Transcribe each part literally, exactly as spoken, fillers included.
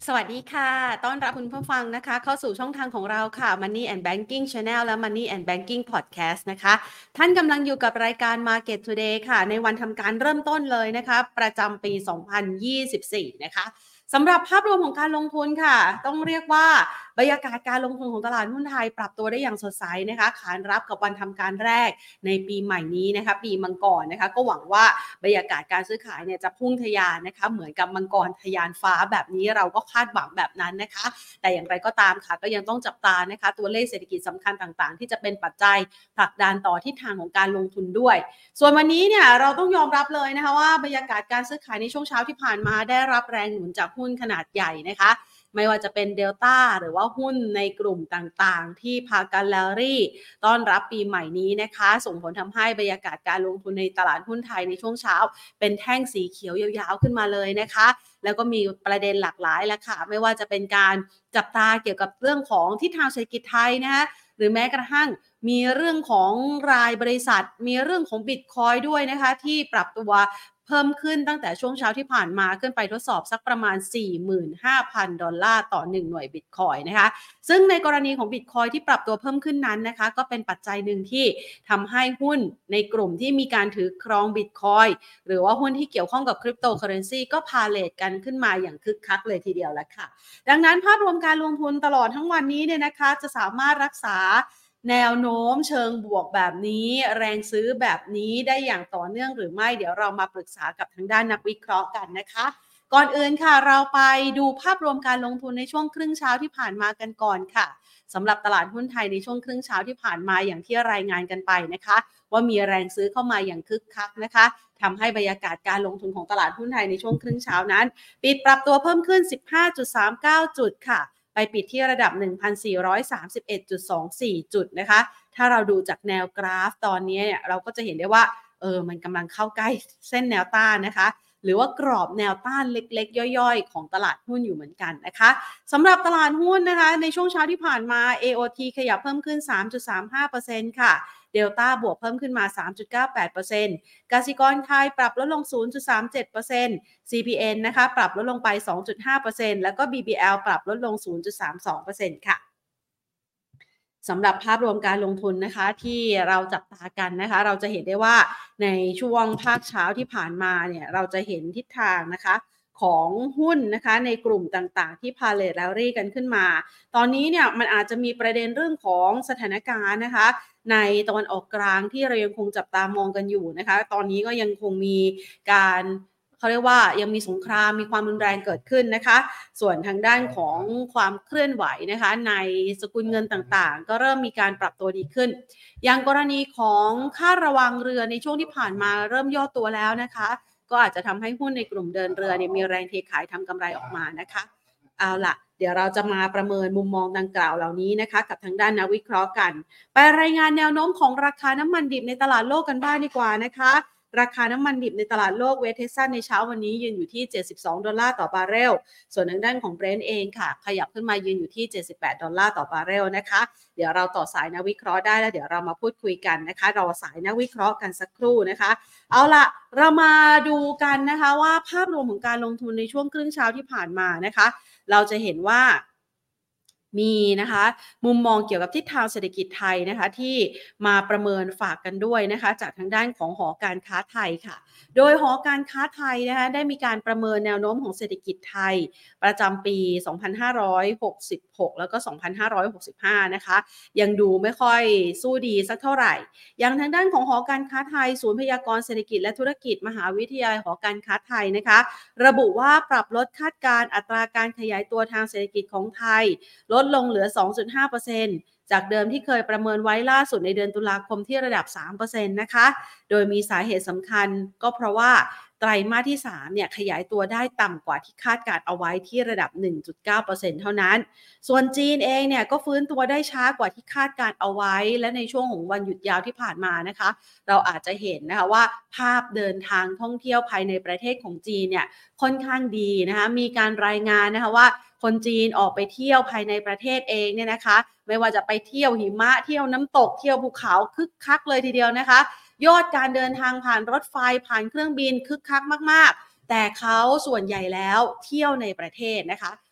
สวัสดีค่ะต้อนรับคุณผู้ฟังนะคะเข้าสู่ช่องทางของเราค่ะ Money and Banking Channel และ Money and Banking Podcast นะคะท่านกำลังอยู่กับรายการ Market Today ค่ะในวันทำการเริ่มต้นเลยนะคะประจำปี สองพันยี่สิบสี่ นะคะสำหรับภาพรวมของการลงทุนค่ะต้องเรียกว่าบรรยากาศการลงทุนของตลาดหุ้นไทยปรับตัวได้อย่างสดใสนะคะขานรับกับวันทำการแรกในปีใหม่นี้นะคะปีมังกรนะคะก็หวังว่าบรรยากาศการซื้อขายเนี่ยจะพุ่งทะยานนะคะเหมือนกับมังกรทะยานฟ้าแบบนี้เราก็คาดหวังแบบนั้นนะคะแต่อย่างไรก็ตามค่ะก็ยังต้องจับตานะคะตัวเลขเศรษฐกิจสำคัญต่างๆที่จะเป็นปัจจัยผลักดันต่อทิศทางของการลงทุนด้วยส่วนวันนี้เนี่ยเราต้องยอมรับเลยนะคะว่าบรรยากาศการซื้อขายในช่วงเช้าที่ผ่านมาได้รับแรงหนุนจากหุ้นขนาดใหญ่นะคะไม่ว่าจะเป็นเดลต้าหรือว่าหุ้นในกลุ่มต่างๆที่พากันแลรี่ต้อนรับปีใหม่นี้นะคะส่งผลทำให้บรรยากาศการลงทุนในตลาดหุ้นไทยในช่วงเช้าเป็นแท่งสีเขียวยาวๆขึ้นมาเลยนะคะแล้วก็มีประเด็นหลากหลายแล้วค่ะไม่ว่าจะเป็นการจับตาเกี่ยวกับเรื่องของทิศทางเศรษฐกิจไทยนะคะหรือแม้กระทั่งมีเรื่องของรายบริษัทมีเรื่องของบิตคอยด้วยนะคะที่ปรับตัวเพิ่มขึ้นตั้งแต่ช่วงเช้าที่ผ่านมาขึ้นไปทดสอบสักประมาณ สี่หมื่นห้าพัน ดอลลาร์ต่อหนึ่งหน่วยบิตคอยนะคะซึ่งในกรณีของบิตคอยที่ปรับตัวเพิ่มขึ้นนั้นนะคะก็เป็นปัจจัยหนึ่งที่ทำให้หุ้นในกลุ่มที่มีการถือครองบิตคอยหรือว่าหุ้นที่เกี่ยวข้องกับคริปโตเคอเรนซีก็พาเลทกันขึ้นมาอย่างคึกคักเลยทีเดียวแล้วค่ะดังนั้นภาพรวมการลงทุนตลอดทั้งวันนี้เนี่ยนะคะจะสามารถรักษาแนวโน้มเชิงบวกแบบนี้แรงซื้อแบบนี้ได้อย่างต่อเนื่องหรือไม่เดี๋ยวเรามาปรึกษากับทางด้านนักวิเคราะห์กันนะคะก่อนอื่นค่ะเราไปดูภาพรวมการลงทุนในช่วงครึ่งเช้าที่ผ่านมากันก่อนค่ะสำหรับตลาดหุ้นไทยในช่วงครึ่งเช้าที่ผ่านมาอย่างที่รายงานกันไปนะคะว่ามีแรงซื้อเข้ามาอย่างคึกคักนะคะทำให้บรรยากาศการลงทุนของตลาดหุ้นไทยในช่วงครึ่งเช้านั้นปิดปรับตัวเพิ่มขึ้น สิบห้าจุดสามเก้า จุดค่ะไปปิดที่ระดับ หนึ่งพันสี่ร้อยสามสิบเอ็ดจุดสองสี่ จุดนะคะถ้าเราดูจากแนวกราฟตอนนี้เนี่ยเราก็จะเห็นได้ว่าเออมันกำลังเข้าใกล้เส้นแนวต้านนะคะหรือว่ากรอบแนวต้านเล็กๆย่อยๆของตลาดหุ้นอยู่เหมือนกันนะคะสำหรับตลาดหุ้นนะคะในช่วงเช้าที่ผ่านมา เอ โอ ที ขยับเพิ่มขึ้น สามจุดสามห้าเปอร์เซ็นต์ ค่ะเดลต้าบวกเพิ่มขึ้นมา สามจุดเก้าแปดเปอร์เซ็นต์ กสิกรไทยปรับลดลง ศูนย์จุดสามเจ็ดเปอร์เซ็นต์ ซี พี เอ็น นะคะปรับลดลงไป สองจุดห้าเปอร์เซ็นต์ แล้วก็ บี บี แอล ปรับลดลง ศูนย์จุดสามสองเปอร์เซ็นต์ ค่ะสำหรับภาพรวมการลงทุนนะคะที่เราจับตากันนะคะเราจะเห็นได้ว่าในช่วงภาคเช้าที่ผ่านมาเนี่ยเราจะเห็นทิศทางนะคะของหุ้นนะคะในกลุ่มต่างๆที่พาเลทแรลลี่กันขึ้นมาตอนนี้เนี่ยมันอาจจะมีประเด็นเรื่องของสถานการณ์นะคะในตะวันออกกลางที่เรายังคงจับตามองกันอยู่นะคะตอนนี้ก็ยังคงมีการเขาเรียกว่ายังมีสงครามมีความรุนแรงเกิดขึ้นนะคะส่วนทางด้านของความเคลื่อนไหวนะคะในสกุลเงินต่างๆก็เริ่มมีการปรับตัวดีขึ้นอย่างกรณีของค่าระวังเรือในช่วงที่ผ่านมาเริ่มย่อตัวแล้วนะคะก็อาจจะทำให้หุ้นในกลุ่มเดินเรือเนี่ยมีแรงเทขายทำกำไรออกมานะคะเอาล่ะเดี๋ยวเราจะมาประเมินมุมมองดังกล่าวเหล่านี้นะคะกับทางด้านนักวิเคราะห์กันไปรายงานแนวโน้มของราคาน้ำมันดิบในตลาดโลกกันบ้างดีกว่านะคะราคาน้ำมันดิบในตลาดโลกเวสเท็กซัสในเช้าวันนี้ยืนอยู่ที่เจ็ดสิบสองดอลลาร์ต่อบาร์เรลส่วนทางด้านของ Brent เองค่ะขยับขึ้นมายืนอยู่ที่เจ็ดสิบแปดดอลลาร์ต่อบาร์เรลนะคะเดี๋ยวเราต่อสายนักวิเคราะห์ได้แล้วเดี๋ยวเรามาพูดคุยกันนะคะรอสายนักวิเคราะห์กันสักครู่นะคะเอาล่ะเรามาดูกันนะคะว่าภาพรวมของการลงทุนในช่วงครึ่งเช้าที่ผ่านมานะคะเราจะเห็นว่ามีนะคะมุมมองเกี่ยวกับทิศทางเศรษฐกิจไทยนะคะที่มาประเมินฝากกันด้วยนะคะจากทางด้านของหอการค้าไทยค่ะโดยหอการค้าไทยนะคะได้มีการประเมินแนวโน้มของเศรษฐกิจไทยประจำปีสองพันห้าร้อยหกสิบหกแล้วก็สองพันห้าร้อยหกสิบห้านะคะยังดูไม่ค่อยสู้ดีสักเท่าไหร่อย่างทางด้านของหอการค้าไทยศูนย์พยากรณ์เศรษฐกิจและธุรกิจมหาวิทยาลัยหอการค้าไทยนะคะระบุว่าปรับลดคาดการณ์อัตราการขยายตัวทางเศรษฐกิจของไทยลดลงเหลือ สองจุดห้าเปอร์เซ็นต์ จากเดิมที่เคยประเมินไว้ล่าสุดในเดือนตุลาคมที่ระดับ สามเปอร์เซ็นต์ นะคะ โดยมีสาเหตุสำคัญก็เพราะว่าไตรมาสที่สามเนี่ยขยายตัวได้ต่ำกว่าที่คาดการเอาไว้ที่ระดับ หนึ่งจุดเก้าเปอร์เซ็นต์ เท่านั้น ส่วนจีนเองเนี่ยก็ฟื้นตัวได้ช้ากว่าที่คาดการเอาไว้และในช่วงของวันหยุดยาวที่ผ่านมานะคะเราอาจจะเห็นนะคะว่าภาพเดินทางท่องเที่ยวภายในประเทศของจีนเนี่ยค่อนข้างดีนะคะมีการรายงานนะคะว่าคนจีนออกไปเที่ยวภายในประเทศเองเนี่ยนะคะไม่ว่าจะไปเที่ยวหิมะเที่ยวน้ำตกเที่ยวภูเขาคึกคักเลยทีเดียวนะคะยอดการเดินทางผ่านรถไฟผ่านเครื่องบินคึกคักมากๆแต่เขาส่วนใหญ่แล้วเที่ยวในประเทศนะคะ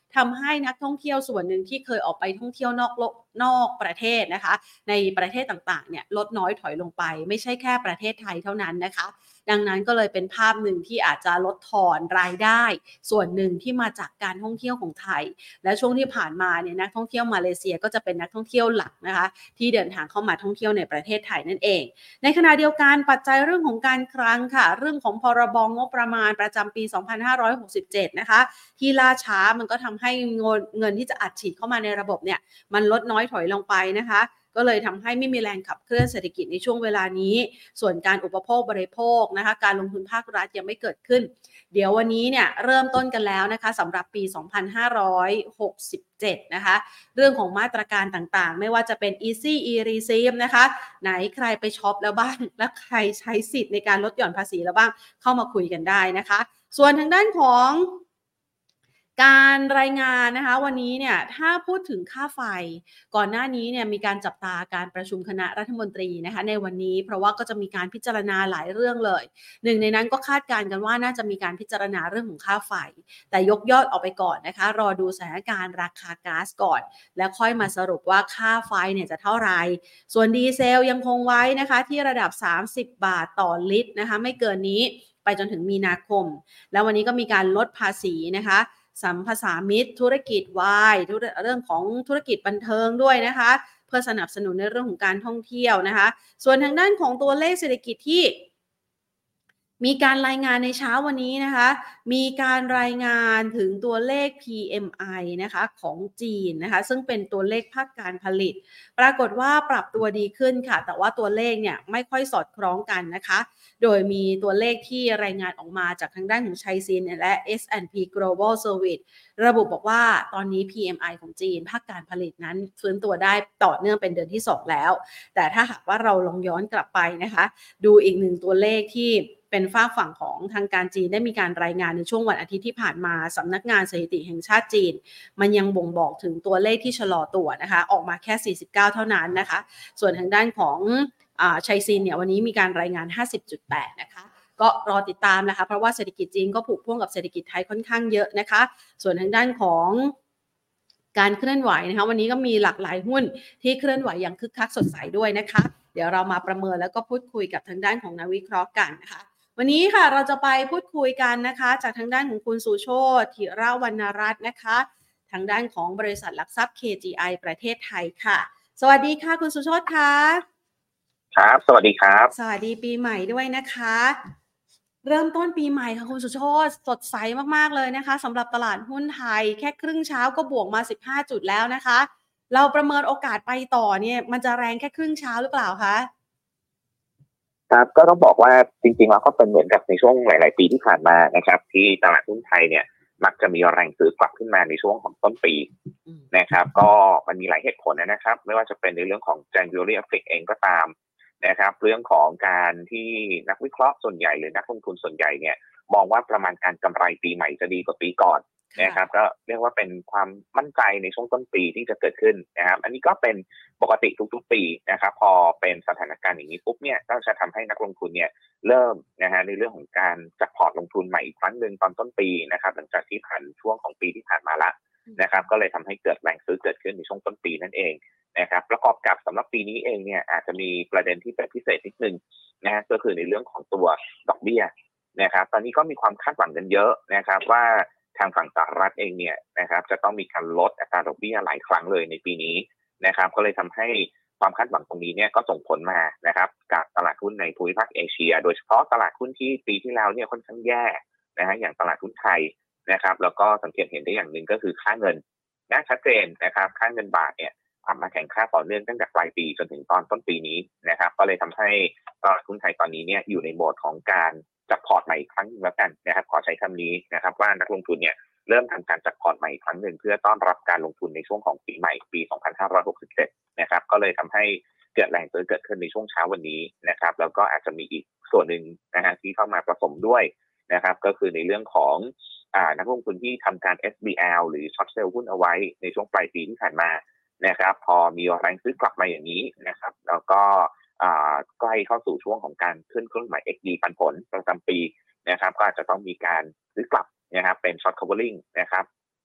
ทำให้นักท่องเที่ยวส่วนหนึ่งที่เคยออกไปท่องเที่ยวนอกโลกนอกประเทศนะคะในประเทศต่างๆเนี่ยลดน้อยถอยลงไปไม่ใช่แค่ประเทศไทยเท่านั้นนะคะดังนั้นก็เลยเป็นภาพหนึ่งที่อาจจะลดทอนรายได้ส่วนหนึ่งที่มาจากการท่องเที่ยวของไทยและช่วงที่ผ่านมาเนี่ยนักท่องเที่ยวมาเลเซียก็จะเป็นนักท่องเที่ยวหลักนะคะที่เดินทางเข้ามาท่องเที่ยวในประเทศไทยนั่นเองในขณะเดียวกันปัจจัยเรื่องของการคลังค่ะเรื่องของพรบงบประมาณประจำปีสองพันห้าร้อยหกสิบเจ็ดนะคะที่ล่าช้ามันก็ทำให้เงินเงินที่จะอัดฉีดเข้ามาในระบบเนี่ยมันลดน้อยถอยลงไปนะคะก็เลยทำให้ไม่มีแรงขับเคลื่อนเศรษฐกิจในช่วงเวลานี้ส่วนการอุปโภคบริโภคนะคะการลงทุนภาครัฐยังไม่เกิดขึ้นเดี๋ยววันนี้เนี่ยเริ่มต้นกันแล้วนะคะสำหรับปีสองพันห้าร้อยหกสิบเจ็ดนะคะเรื่องของมาตรการต่างๆไม่ว่าจะเป็น Easy e-receive นะคะไหนใครไปช็อปแล้วบ้างและใครใช้สิทธิ์ในการลดหย่อนภาษีแล้วบ้างเข้ามาคุยกันได้นะคะส่วนทางด้านของการรายงานนะคะวันนี้เนี่ยถ้าพูดถึงค่าไฟก่อนหน้านี้เนี่ยมีการจับตาการประชุมคณะรัฐมนตรีนะคะในวันนี้เพราะว่าก็จะมีการพิจารณาหลายเรื่องเลยหนึ่งในนั้นก็คาดการณ์กันว่าน่าจะมีการพิจารณาเรื่องของค่าไฟแต่ยกยอดออกไปก่อนนะคะรอดูสถานการณ์ราคาก๊าซก่อนแล้วค่อยมาสรุปว่าค่าไฟเนี่ยจะเท่าไหร่ส่วนดีเซลยังคงไว้นะคะที่ระดับสามสิบบาทต่อลิตรนะคะไม่เกินนี้ไปจนถึงมีนาคมแล้ววันนี้ก็มีการลดภาษีนะคะสัมภาษามิตรธุรกิจวายเรื่องของธุรกิจบันเทิงด้วยนะคะเพื่อสนับสนุนในเรื่องของการท่องเที่ยวนะคะส่วนทางด้านของตัวเลขเศรษฐกิจที่มีการรายงานในเช้าวันนี้นะคะมีการรายงานถึงตัวเลข พี เอ็ม ไอ นะคะของจีนนะคะซึ่งเป็นตัวเลขภาคการผลิตปรากฏว่าปรับตัวดีขึ้นค่ะแต่ว่าตัวเลขเนี่ยไม่ค่อยสอดคล้องกันนะคะโดยมีตัวเลขที่รายงานออกมาจากทางด้านของไชซีนและ เอส แอนด์ พี Global Service ระบุบอกว่าตอนนี้ พี เอ็ม ไอ ของจีนภาคการผลิตนั้นฟื้นตัวได้ต่อเนื่องเป็นเดือนที่สองแล้วแต่ถ้าหากว่าเราลองย้อนกลับไปนะคะดูอีกหนึ่งตัวเลขที่เป็นฝากฝั่งของทางการจีนได้มีการรายงานในช่วงวันอาทิตย์ที่ผ่านมาสำนักงานสถิติแห่งชาติจีนมันยังบ่งบอกถึงตัวเลขที่ชะลอตัวนะคะออกมาแค่สี่สิบเก้าเท่านั้นนะคะส่วนทางด้านของอ่าไชซีนเนี่ยวันนี้มีการรายงาน ห้าสิบจุดแปด นะคะก็รอติดตามนะคะเพราะว่าเศรษฐกิจจีนก็ผูกพ่วงกับเศรษฐกิจไทยค่อนข้างเยอะนะคะส่วนทางด้านของการเคลื่อนไหวนะคะวันนี้ก็มีหลากหลายหุ้นที่เคลื่อนไหวอย่างคึกคักสดใสด้วยนะคะเดี๋ยวเรามาประเมินแล้วก็พูดคุยกับทางด้านของนักวิเคราะห์กันนะคะวันนี้ค่ะเราจะไปพูดคุยกันนะคะจากทางด้านของคุณสุโชติธิระวรรณรัตน์นะคะทางด้านของบริษัทหลักทรัพย์ เค จี ไอ ประเทศไทยค่ะสวัสดีค่ะคุณสุโชติค่ะครับสวัสดีครับสวัสดีปีใหม่ด้วยนะคะเริ่มต้นปีใหม่ค่ะคุณสุโชติสดใสมากๆเลยนะคะสำหรับตลาดหุ้นไทยแค่ครึ่งเช้าก็บวกมาสิบห้าจุดแล้วนะคะเราประเมินโอกาสไปต่อเนี่ยมันจะแรงแค่ครึ่งเช้าหรือเปล่าคะครับก็ต้องบอกว่าจริงๆแล้วก็เป็นเหมือนกับในช่วงหลายๆปีที่ผ่านมานะครับที่ตลาดหุ้นไทยเนี่ยมักจะมีแรงซื้อกลับขึ้นมาในช่วงของต้นปีนะครับก็มันมีหลายเหตุผลนะครับไม่ว่าจะเป็นในเรื่องของ January Effect เองก็ตามนะครับเรื่องของการที่นักวิเคราะห์ส่วนใหญ่หรือนักลงทุนส่วนใหญ่เนี่ยมองว่าประมาณการกำไรปีใหม่จะดีกว่าปีก่อนนะครับก็เรียกว่าเป็นความมั่นใจในช่วงต้นปีที่จะเกิดขึ้นนะครับอันนี้ก็เป็นปกติทุกๆปีนะครับพอเป็นสถานการณ์อย่างนี้ปุ๊บเนี่ยก็จะทำให้นักลงทุนเนี่ยเริ่มนะฮะในเรื่องของการจัดพอร์ตลงทุนใหม่อีกครั้งหนึ่งตอนต้นปีนะครับหลังจากที่ผ่านช่วงของปีที่ผ่านมาละนะครับก็เลยทำให้เกิดแรงซื้อเกิดขึ้นในช่วงต้นปีนั่นเองนะครับประกอบกับสำหรับปีนี้เองเนี่ยอาจจะมีประเด็นที่เป็นพิเศษนิดนึงนะฮะก็คือในเรื่องของตัวดอกเบี้ยนะครับตอนนี้ก็มีความคาดหวังกันเยอะนะครับว่าทางฝั่งสหรัฐเองเนี่ยนะครับจะต้องมีการลดอัตราดอกเบี้ยหลายครั้งเลยในปีนี้นะครับก็เลยทำให้ความคาดหวังตรงนี้เนี่ยก็ส่งผลมานะครับกับตลาดหุ้นในภูมิภาคเอเชียโดยเฉพาะตลาดหุ้นที่ปีที่แล้วเนี่ยค่อนข้างแย่นะฮะอย่างตลาดหุ้นไทยนะครับแล้วก็สังเกตเห็นได้อย่างหนึ่งก็คือค่าเงินน่าชัดเจนนะครับค่าเงินบาทเนี่ยกลับมาแข็งค่าต่อเนื่องตั้งแต่ปลายปีจนถึงตอนต้นปีนี้นะครับก็เลยทำให้ตลาดหุ้นไทยตอนนี้เนี่ยอยู่ในโหมดของการจัดพอร์ตใหม่อีกครั้งนึงแล้วกันนะครับขอใช้คำนี้นะครับว่านักลงทุนเนี่ยเริ่มทำการจัดพอร์ตใหม่อีกครั้งหนึ่งเพื่อต้อนรับการลงทุนในช่วงของปีใหม่ปีสองพันห้าร้อยหกสิบเจ็ดนะครับก็เลยทำให้เกิดแรงซื้อเกิดขึ้นในช่วงเช้าวันนี้นะครับแล้วก็อาจจะมีอีกส่วนหนึ่งนะฮะที่เข้ามาผสมด้วยนะครับก็คือในเรื่องของอ่านักลงทุนที่ทำการ เอส บี แอล หรือช็อตเซลล์หุ้นเอาไว้ในช่วงปลายปีที่ผ่านมานะครับพอมีแรงซื้อกลับมาอย่างนี้นะครับแล้วก็ใกล้เข้าสู่ช่วงของการขึ้นเครื่องหมาย เอ็กซ์ ดี ปันผลประจำปีนะครับก็อาจจะต้องมีการซื้อกลับนะครับเป็น short covering นะครับ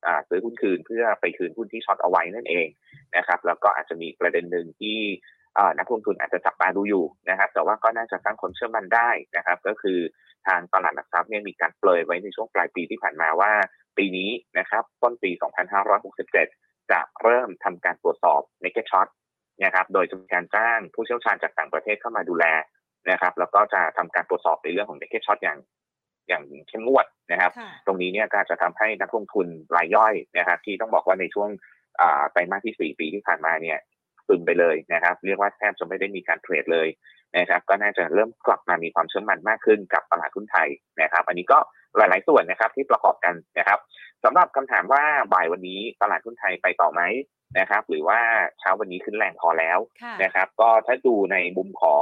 ซื้อหุ้นคืนเพื่อไปคืนหุ้นที่ช็อตเอาไว้นั่นเองนะครับแล้วก็อาจจะมีประเด็นหนึ่งที่นักลงทุนอาจจะจับตาดูอยู่นะครับแต่ว่าก็น่าจะสร้างความเชื่อมั่นได้นะครับก็คือทางตลาดหลักทรัพย์เนี่ยมีการเปรยไว้ในช่วงปลายปีที่ผ่านมาว่าปีนี้นะครับต้นปีสองพันห้าร้อยหกสิบเจ็ดจะเริ่มทำการตรวจสอบ naked short นะครับโดยจะมีการจ้างผู้เชี่ยวชาญจากต่างประเทศเข้ามาดูแลนะครับแล้วก็จะทำการตรวจสอบในเรื่องของ naked short อย่างอย่างเข้มงวดนะครับตรงนี้เนี่ยก็จะทำให้นักลงทุนรายย่อยนะครับที่ต้องบอกว่าในช่วงไตรมาสที่สี่ปีที่ผ่านมาเนี่ยซึมไปเลยนะครับเรียกว่าแทบจะไม่ได้มีการเทรดเลยนะครับก็น่าจะเริ่มกลับมามีความเชื่อมั่นมากขึ้นกับตลาดหุ้นไทยนะครับอันนี้ก็หลายๆส่วนนะครับที่ประกอบกันนะครับสำหรับคำถามว่าบ่ายวันนี้ตลาดหุ้นไทยไปต่อไหมนะครับหรือว่าเช้าวันนี้ขึ้นแรงพอแล้วนะครับก็ถ้าดูในมุมของ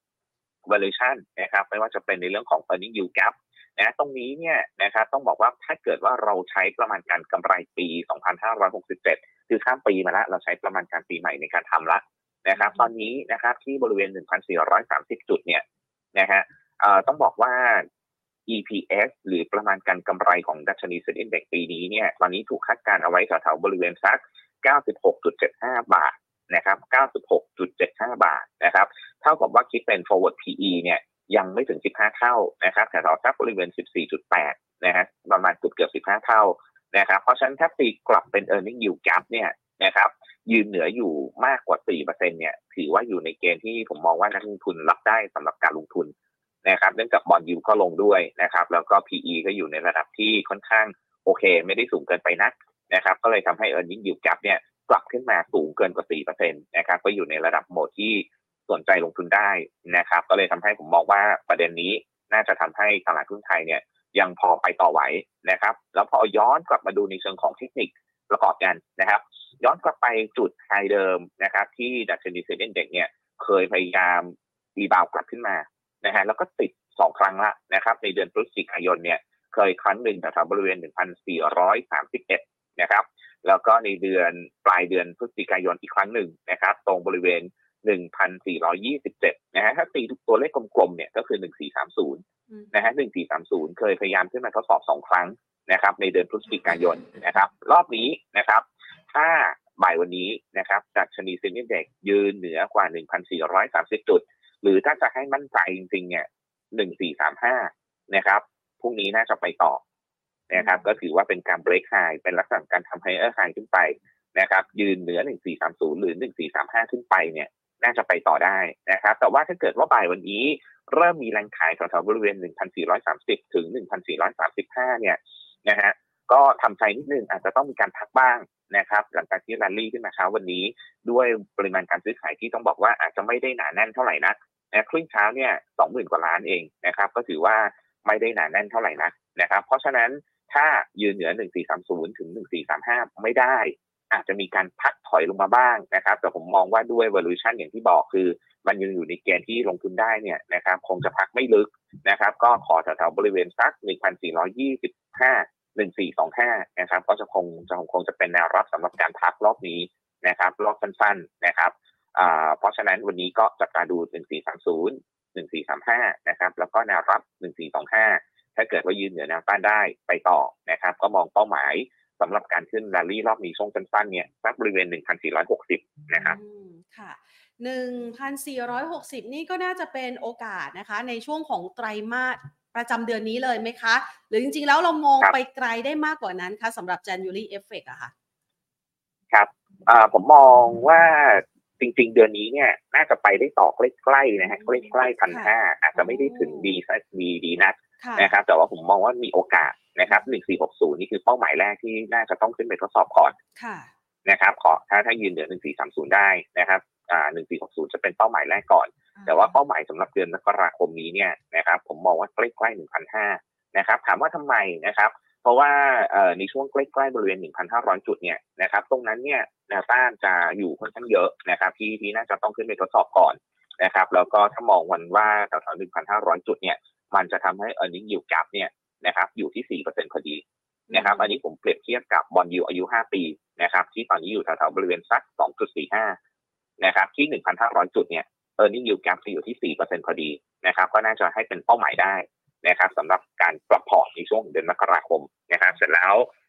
valuation นะครับไม่ว่าจะเป็นในเรื่องของ earning yield gap นะตรงนี้เนี่ยนะครับต้องบอกว่าถ้าเกิดว่าเราใช้ประมาณการกำไรปีสองพันห้าร้อยหกสิบเจ็ดคือข้ามปีมาแล้วเราใช้ประมาณการปีใหม่ในการทำละนะครับตอนนี้นะครับที่บริเวณ หนึ่งพันสี่ร้อยสามสิบ จุดเนี่ยนะฮะเอ่อต้องบอกว่า อี พี เอส หรือประมาณการกำไรของดัชนีเซ็น Index ปีนี้เนี่ยตอนนี้ถูกคาดการณ์เอาไว้แถวๆบริเวณสัก เก้าสิบหกจุดเจ็ดห้า บาทนะครับ เก้าสิบหกจุดเจ็ดห้า บาทนะครับเท่ากับว่าคิดเป็น forward พี อี เนี่ยยังไม่ถึงสิบห้าเท่านะครับแถวๆสักบริเวณ สิบสี่จุดแปด นะฮะประมาณเกือบๆสิบห้าเท่านะครับเพราะฉะนั้นถ้าตีกลับเป็น earning yield gap เนี่ยนะครับยืนเหนืออยู่มากกว่า สี่เปอร์เซ็นต์ เนี่ยถือว่าอยู่ในเกณฑ์ที่ผมมองว่านักลงทุนรับได้สำหรับการลงทุนนะครับเนื่องจากบอนด์ยิลด์ก็ลงด้วยนะครับแล้วก็ พี อี ก็อยู่ในระดับที่ค่อนข้างโอเคไม่ได้สูงเกินไปนักนะครับก็เลยทำให้ earning yield gap เนี่ยกลับขึ้นมาสูงเกินกว่า สี่เปอร์เซ็นต์ นะครับก็อยู่ในระดับโหมดที่สนใจลงทุนได้นะครับก็เลยทำให้ผมมองว่าประเด็นนี้น่าจะทำให้ตลาดหุ้นไทยเนี่ยยังพอไปต่อไหวนะครับแล้วพอย้อนกลับมาดูในเชิงของเทคนิคประกอบกันนะครับย้อนกลับไปจุดไฮเดิมนะครับที่ดัชนีเซ็น Index เนี่ยเคยพยายามรีบาวกลับขึ้นมานะฮะแล้วก็ติดสองครั้งละนะครับในเดือนพฤศจิกายนเนี่ยเคยครั้งหนึ่งแถวๆบริเวณ หนึ่งพันสี่ร้อยสามสิบเอ็ด นะครับแล้วก็ในเดือนปลายเดือนพฤศจิกายนอีกครั้งหนึ่งนะครับตรงบริเวณ หนึ่งพันสี่ร้อยยี่สิบเจ็ด นะฮะถ้าตีทุกตัวเลขกลมๆเนี่ยก็คือหนึ่งพันสี่ร้อยสามสิบนะฮะหนึ่งพันสี่ร้อยสามสิบเคยพยายามขึ้นมาทดสอบสองครั้งนะครับในเดือนพฤศจิกายนนะครับรอบนี้นะครับถ้าบ่ายวันนี้นะครับดัชนีเซ็น Index ยืนเหนือกว่า หนึ่งพันสี่ร้อยสามสิบ จุดหรือถ้าจะให้มั่นใจจริงๆเนี่ยหนึ่งพันสี่ร้อยสามสิบห้านะครับพรุ่งนี้น่าจะไปต่อนะครับก็ถือว่าเป็นการ break high เป็นลักษณะการทำ higher high ขึ้นไปนะครับยืนเหนือหนึ่งพันสี่ร้อยสามสิบหรือหนึ่งพันสี่ร้อยสามสิบห้าขึ้นไปเนี่ยน่าจะไปต่อได้นะครับแต่ว่าถ้าเกิดว่าบ่ายวันนี้เริ่มมีแรงขายแถวๆบริเวณ หนึ่งพันสี่ร้อยสามสิบ ถึง หนึ่งพันสี่ร้อยสามสิบห้า เนี่ยนะฮะก็ทำใจนิดนึงอาจจะต้องมีการพักบ้างนะครับหลังจากที่แรลลี่ขึ้นมาเช้าวันนี้ด้วยปริมาณการซื้อขายที่ต้องบอกว่าอาจจะไม่ได้หนาแน่นเท่าไหร่นักนะครึ่งเช้าเนี่ย สองหมื่น กว่าล้านเองนะครับก็ถือว่าไม่ได้หนาแน่นเท่าไหร่นักนะครับเพราะฉะนั้นถ้ายืนเหนือหนึ่งพันสี่ร้อยสามสิบถึงหนึ่งพันสี่ร้อยสามสิบห้าไม่ได้อาจจะมีการพักถอยลงมาบ้างนะครับแต่ผมมองว่าด้วย valuation อย่างที่บอกคือมันยังอยู่ในเกณฑ์ที่ลงทุนได้เนี่ยนะครับคงจะพักไม่ลึกนะครับก็ขอแถวๆบริเวณสัก หนึ่งพันสี่ร้อยยี่สิบห้า หนึ่งพันสี่ร้อยยี่สิบห้า นะครับก็จะคงจะคงจะเป็นแนวรับสำหรับการพักรอบนี้นะครับรอบสั้นๆนะครับอ่าเพราะฉะนั้นวันนี้ก็จับตาดูหนึ่งพันสี่ร้อยสามสิบ หนึ่งพันสี่ร้อยสามสิบห้านะครับแล้วก็แนวรับหนึ่งพันสี่ร้อยยี่สิบห้าถ้าเกิดว่ายืนเหนือแนวต้านได้ไปต่อนะครับก็มองเป้าหมายสำหรับการขึ้นแรลลี่รอบนี้ช่วงสั้นๆเนี่ยสักบริเวณ หนึ่งพันสี่ร้อยหกสิบ นะครับค่ะ หนึ่งพันสี่ร้อยหกสิบ นี่ก็น่าจะเป็นโอกาสนะคะในช่วงของไตรมาสประจำเดือนนี้เลยไหมคะหรือจริงๆแล้วเรามองไปไกลได้มากกว่านั้นคะสำหรับ January Effect อะค่ะครับผมมองว่าจริงๆเดือนนี้เนี่ยน่าจะไปได้ต่อใกล้ๆนะฮะใกล้ๆ หนึ่งพันห้าร้อย อาจจะไม่ได้ถึงดีสักดีดีนักนะครับแต่ว่าผมมองว่ามีโอกาสนะครับหนึ่งพันสี่ร้อยหกสิบนี่คือเป้าหมายแรกที่น่าจะต้องขึ้นไปทดสอบก่อนนะครับขอถ้าถ้ายืนเหนือหนึ่งพันสี่ร้อยสามสิบได้นะครับอ่าหนึ่งพันสี่ร้อยหกสิบจะเป็นเป้าหมายแรกก่อนแต่ว่าเป้าหมายสำหรับเดือนมกราคมนี้เนี่ยนะครับผมมองว่าใกล้ๆ หนึ่งพันห้าร้อย นะครับถามว่าทำไมนะครับเพราะว่าในช่วงใกล้ๆบริเวณ หนึ่งพันห้าร้อย จุดเนี่ยนะครับตรงนั้นเนี่ยแนวต้านจะอยู่ค่อนข้างเยอะนะครับที่ที่น่าจะต้องขึ้นไปทดสอบก่อนนะครับแล้วก็ถ้ามองวันว่าแถวๆ หนึ่งพันห้าร้อย จุดเนี่ยมันจะทำให้ earning yield gap เนี่ยนะครับอยู่ที่ สี่เปอร์เซ็นต์ พอดีนะครับอันนี้ผมเปรียบเทียบกับบอนด์ยิลด์อายุห้าปีนะครับที่ตอนนี้อยู่แถวๆบริเวณสัก สองจุดสี่ห้า นะครับที่ หนึ่งพันห้าร้อย จุดเนี่ย earning yield gap จะอยู่ที่ สี่เปอร์เซ็นต์ พอดีนะครับก็น่าจะให้เป็นเป้าหมายได้นะครับสำหรับการปรับพอร์ตในช่วงเดือนมกราคมนะครับเสร็จแล้ว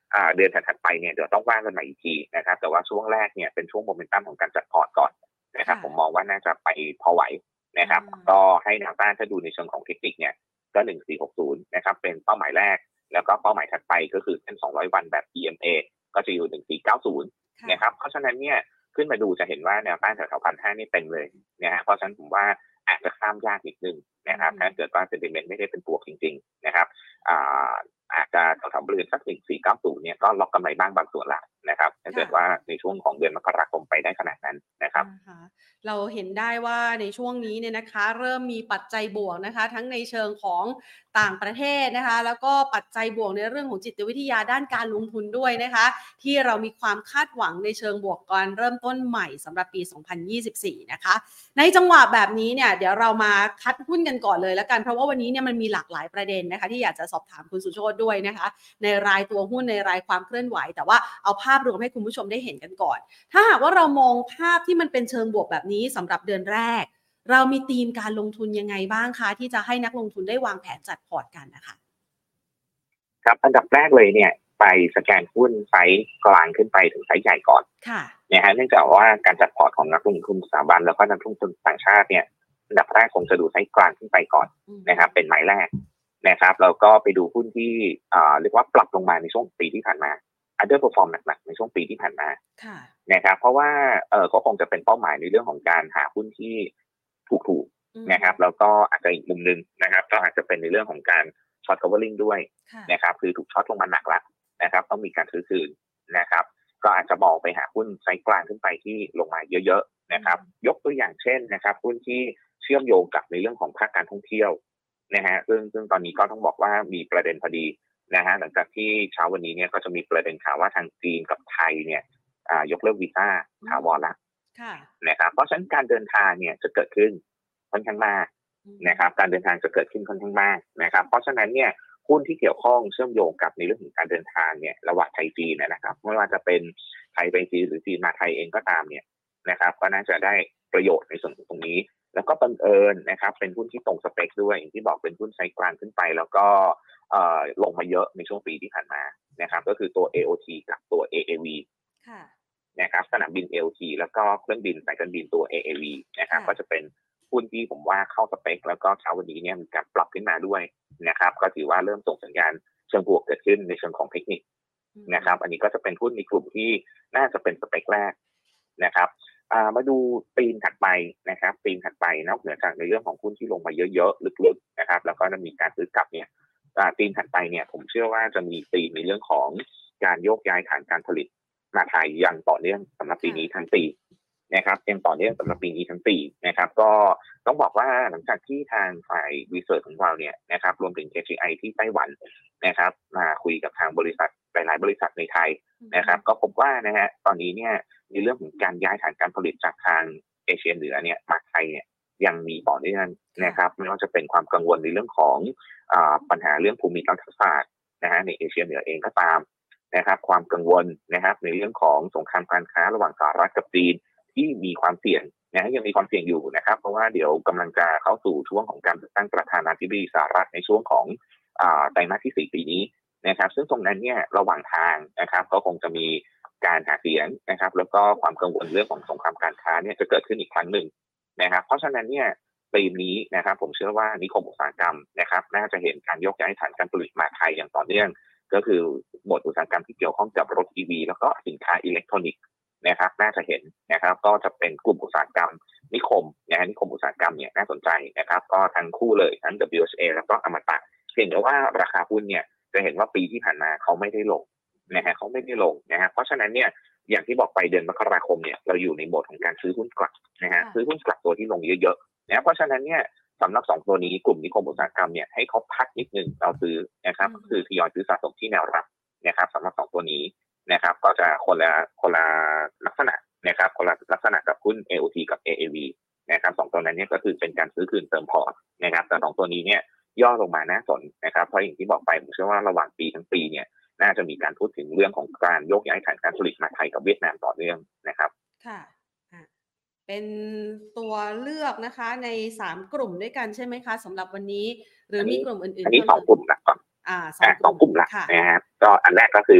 เดือนถัดไปเนี่ยเดี๋ยวต้องว่ากันใหม่อีกทีนะครับแต่ว่าช่วงแรกเนี่ยเป็นช่วงโมเมนตัมของการจัดพอร์ตก่อนนะครับผมมองว่าน่าจะไปพอไหวนะครับก็ให้แนวต้านถ้าดูในเชิงของเทคนิคเนี่ยก็หนึ่งพันสี่ร้อยหกสิบนะครับเป็นเป้าหมายแรกแล้วก็เป้าหมายถัดไปก็คือเส้นสองร้อยวันแบบ อี เอ็ม เอ ก็จะอยู่หนึ่งพันสี่ร้อยเก้าสิบนะครับเพราะฉะนั้นเนี่ยขึ้นมาดูจะเห็นว่าแนวต้านแถวๆ หนึ่งพันห้าร้อย นี่เต็มเลยนะฮะเพราะฉะนั้นผมว่าอาจจะข้ามยากนิดนึงนะครับถ้าเกิดว่า sentiment ไม่ได้เป็นบวกจริงๆนะครับอ่าอาจจะแถวๆบริเวณสักหนึ่งพันสี่ร้อยเก้าสิบเนี่ยก็ล็อกกำไรบ้างบางส่วนละนะครับถ้าเกิดว่าในช่วงของเดือนมกราคมไปได้ขนาดนั้นนะครับเราเห็นได้ว่าในช่วงนี้เนี่ยนะคะเริ่มมีปัจจัยบวกนะคะทั้งในเชิงของต่างประเทศนะคะแล้วก็ปัจจัยบวกในเรื่องของจิตวิทยาด้านการลงทุนด้วยนะคะที่เรามีความคาดหวังในเชิงบวกการเริ่มต้นใหม่สำหรับปีสองพันยี่สิบสี่นะคะในจังหวะแบบนี้เนี่ยเดี๋ยวเรามาคัดหุ้นกันก่อนเลยแล้วกันเพราะว่าวันนี้เนี่ยมันมีหลากหลายประเด็นนะคะที่อยากจะสอบถามคุณสุโชติด้วยนะคะในรายตัวหุ้นในรายความเคลื่อนไหวแต่ว่าเอาภาพรวมให้คุณผู้ชมได้เห็นกันก่อนถ้าหากว่าเรามองภาพที่มันเป็นเชิงบวกแบบนี้สำหรับเดือนแรกเรามีธีมการลงทุนยังไงบ้างคะที่จะให้นักลงทุนได้วางแผนจัดพอร์ตกันนะคะครับอันดับแรกเลยเนี่ยไปสแกนหุ้นไซส์กลางขึ้นไปถึงไซส์ใหญ่ก่อนค่ะนะฮะเนื่องจากว่าการจัดพอร์ตของนักลงทุนสถาบันแล้วก็นักลงทุนต่างชาติเนี่ยอันดับแรกคงจะดูไซส์กลางขึ้นไปก่อนนะครับเป็นหมายแรกนะครับแล้วก็ไปดูหุ้นที่อ่าเรียกว่าปรับลงมาในช่วงปีที่ผ่านมา underperform หนักๆในช่วงปีที่ผ่านมานะครับเพราะว่าเออก็คงจะเป็นเป้าหมายในเรื่องของการหาหุ้นที่ถูกๆนะครับแล้วก็อาจจะอีกมุมนึงนะครับก็อาจจะเป็นในเรื่องของการช็อต covering ด้วยนะครับคือถูกช็อตลงมาหนักละนะครับต้องมีการซื้อคืนนะครับก็อาจจะมองไปหาหุ้นไซส์กลางขึ้นไปที่ลงมาเยอะๆนะครับยกตัวอย่างเช่นนะครับหุ้นที่เชื่อมโยงกับในเรื่องของภาคการท่องเที่ยวนะฮะซึ่งซึ่งตอนนี้ก็ต้องบอกว่ามีประเด็นพอดีนะฮะหลังจากที่เช้าวันนี้เนี่ยก็จะมีประเด็นข่าวว่าทางจีนกับไทยเนี่ยยกเลิกวีซ่าถาวรละนะครับเพราะฉะนั้นการเดินทางเนี่ยจะเกิดขึ้นค่อนข้างมากนะครับการเดินทางจะเกิดขึ้นค่อนข้างมากนะครับเพราะฉะนั้นเนี่ยหุ้นที่เกี่ยวข้องเชื่อมโยงกับในเรื่องของการเดินทางเนี่ยระหว่างไทยจีนนะครับไม่ว่าจะเป็นไทยไปจีนหรือจีนมาไทยเองก็ตามเนี่ยนะครับก็น่าจะได้ประโยชน์ในส่วนของตรงนี้แล้วก็บังเอิญนะครับเป็นหุ้นที่ตรงสเปคด้วยอย่างที่บอกเป็นหุ้นไซส์กลางขึ้นไปแล้วก็ลงมาเยอะในช่วงปีที่ผ่านมานะครับก็คือตัว เอ โอ ที กับตัว เอ เอ วี นะครับสนามบิน เอ โอ ที แล้วก็เครื่องบินสายการบินตัว เอ เอ วี นะครับก็จะเป็นหุ้นที่ผมว่าเข้าสเปคแล้วก็เช้าวันนี้เนี่ยมีการปรับขึ้นมาด้วยนะครับก็ถือว่าเริ่มส่งสัญญาณเชิงบวกเกิดขึ้นในเชิงของเทคนิคนะครับอันนี้ก็จะเป็นหุ้นในกลุ่มที่น่าจะเป็นสเปคแรกนะครับมาดูธีมถัดไปนะครับธีมถัดไปนอกเหนือจากในเรื่องของหุ้นที่ลงมาเยอะๆลึกๆนะครับแล้วก็มีการซื้อกลับเนี่ยธีมถัดไปเนี่ยผมเชื่อว่าจะมีธีมในเรื่องของการโยกย้ายฐานการผลิตมาไทยอย่างต่อเนื่องสำหรับปีนี้ทั้งปีนะครับยังต่อเนื่องสำหรับปีนี้ทั้งปีนะครับก็ต้องบอกว่าหลังจากที่ทางฝ่ายวิจัยของเราเนี่ยนะครับรวมถึง เค จี ไอ ที่ไต้หวันนะครับมาคุยกับทางบริษัทหลายๆบริษัทในไทยนะครับก็พบว่านะฮะตอนนี้เนี่ยในเรื่องของการย้ายฐานการผลิตจากทางเอเชียเหนือเนี่ยมาไทยเนี่ยยังมีต่อเนื่องนะครับไม่ว่าจะเป็นความกังวลในเรื่องของอ่าปัญหาเรื่องภูมิรัฐศาสตร์นะฮะในเอเชียเหนือเองก็ตามนะครับความกังวลนะครับในเรื่องของสงครามการค้าระหว่างสหรัฐกับจีนที่มีความเสี่ยงนะยังมีความเสี่ยงอยู่นะครับเพราะว่าเดี๋ยวกำลังจะเข้าสู่ช่วงของการตั้งประธานาธิบดีสหรัฐในช่วงของไตรมาสที่สี่ปีนี้นะครับซึ่งตรงนั้นเนี่ยระหว่างทางนะครับก็คงจะมีการหาเสียงนะครับแล้วก็ความกังวลเรื่องของสงครามการค้าเนี่ยจะเกิดขึ้นอีกครั้งหนึ่งนะครับเพราะฉะนั้นเนี่ยปีนี้นะครับผมเชื่อว่านิคมอุตสาหกรรมนะครับน่าจะเห็นการยกย้ายฐานการผลิตมาไทยอย่างต่อเนื่องก็คือหมวดอุตสาหกรรมที่เกี่ยวข้องกับรถ อี วี แล้วก็สินค้าอิเล็กทรอนิกส์นะครับน่าจะเห็นนะครับก็จะเป็นกลุ่มอุตสาหกรรมนิคมนะฮะนิคมอุตสาหกรรมเนี่ยน่าสนใจนะครับก็ทั้งคู่เลยทั้ง ดับเบิลยู เอช เอ แล้วก็อมตะเพียงแต่ว่าราคาหุ้นเนี่ยจะเห็นว่าปีที่ผ่านมาเขาไม่ได้ลงนะฮะเขาไม่ได้ลงนะฮะเพราะฉะนั้นเนี่ยอย่างที่บอกไปเดือนมกราคมเนี่ยเราอยู่ในโหมดของการซื้อหุ้นกลับนะฮะซื้อหุ้นกลับตัวที่ลงเยอะๆนะเพราะฉะนั้นเนี่ยสำหรับสองตัวนี้กลุ่มนิคมอุตสาหกรรมเนี่ยให้เขาพักนิดนึงเราซื้อนะครับคือทยอยซื้อสะสมที่แนวรับนะครับสำหรับสองตัวนี้นะครับก็จะคนละคนละลักษณะนะครับคนละลักษณะกับหุ้น เอ โอ ที กับ เอ เอ วี นะครับสองตัวนั้นเนี่ยก็คือเป็นการซื้อคืนเติมพอร์ตนะครับแต่สองตัวนี้เนี่ยย่อลงมาน่าสนนะครับเพราะอย่างที่บอกไปผมเชื่อว่าระหว่างปีทั้งปีเนี่ยน่าจะมีการพูดถึงเรื่องของการโยกย้ายฐานการผลิตมาไทยกับเวียดนามต่อเนื่องนะครับค่ะเป็นตัวเลือกนะคะในสามกลุ่มด้วยกันใช่ไหมคะสำหรับวันนี้หรือมีกลุ่มอื่นๆอันนี้สองกลุ่มหลักก่อนอ่าสองกลุ่มหลักนะครับก็อันแรกก็คือ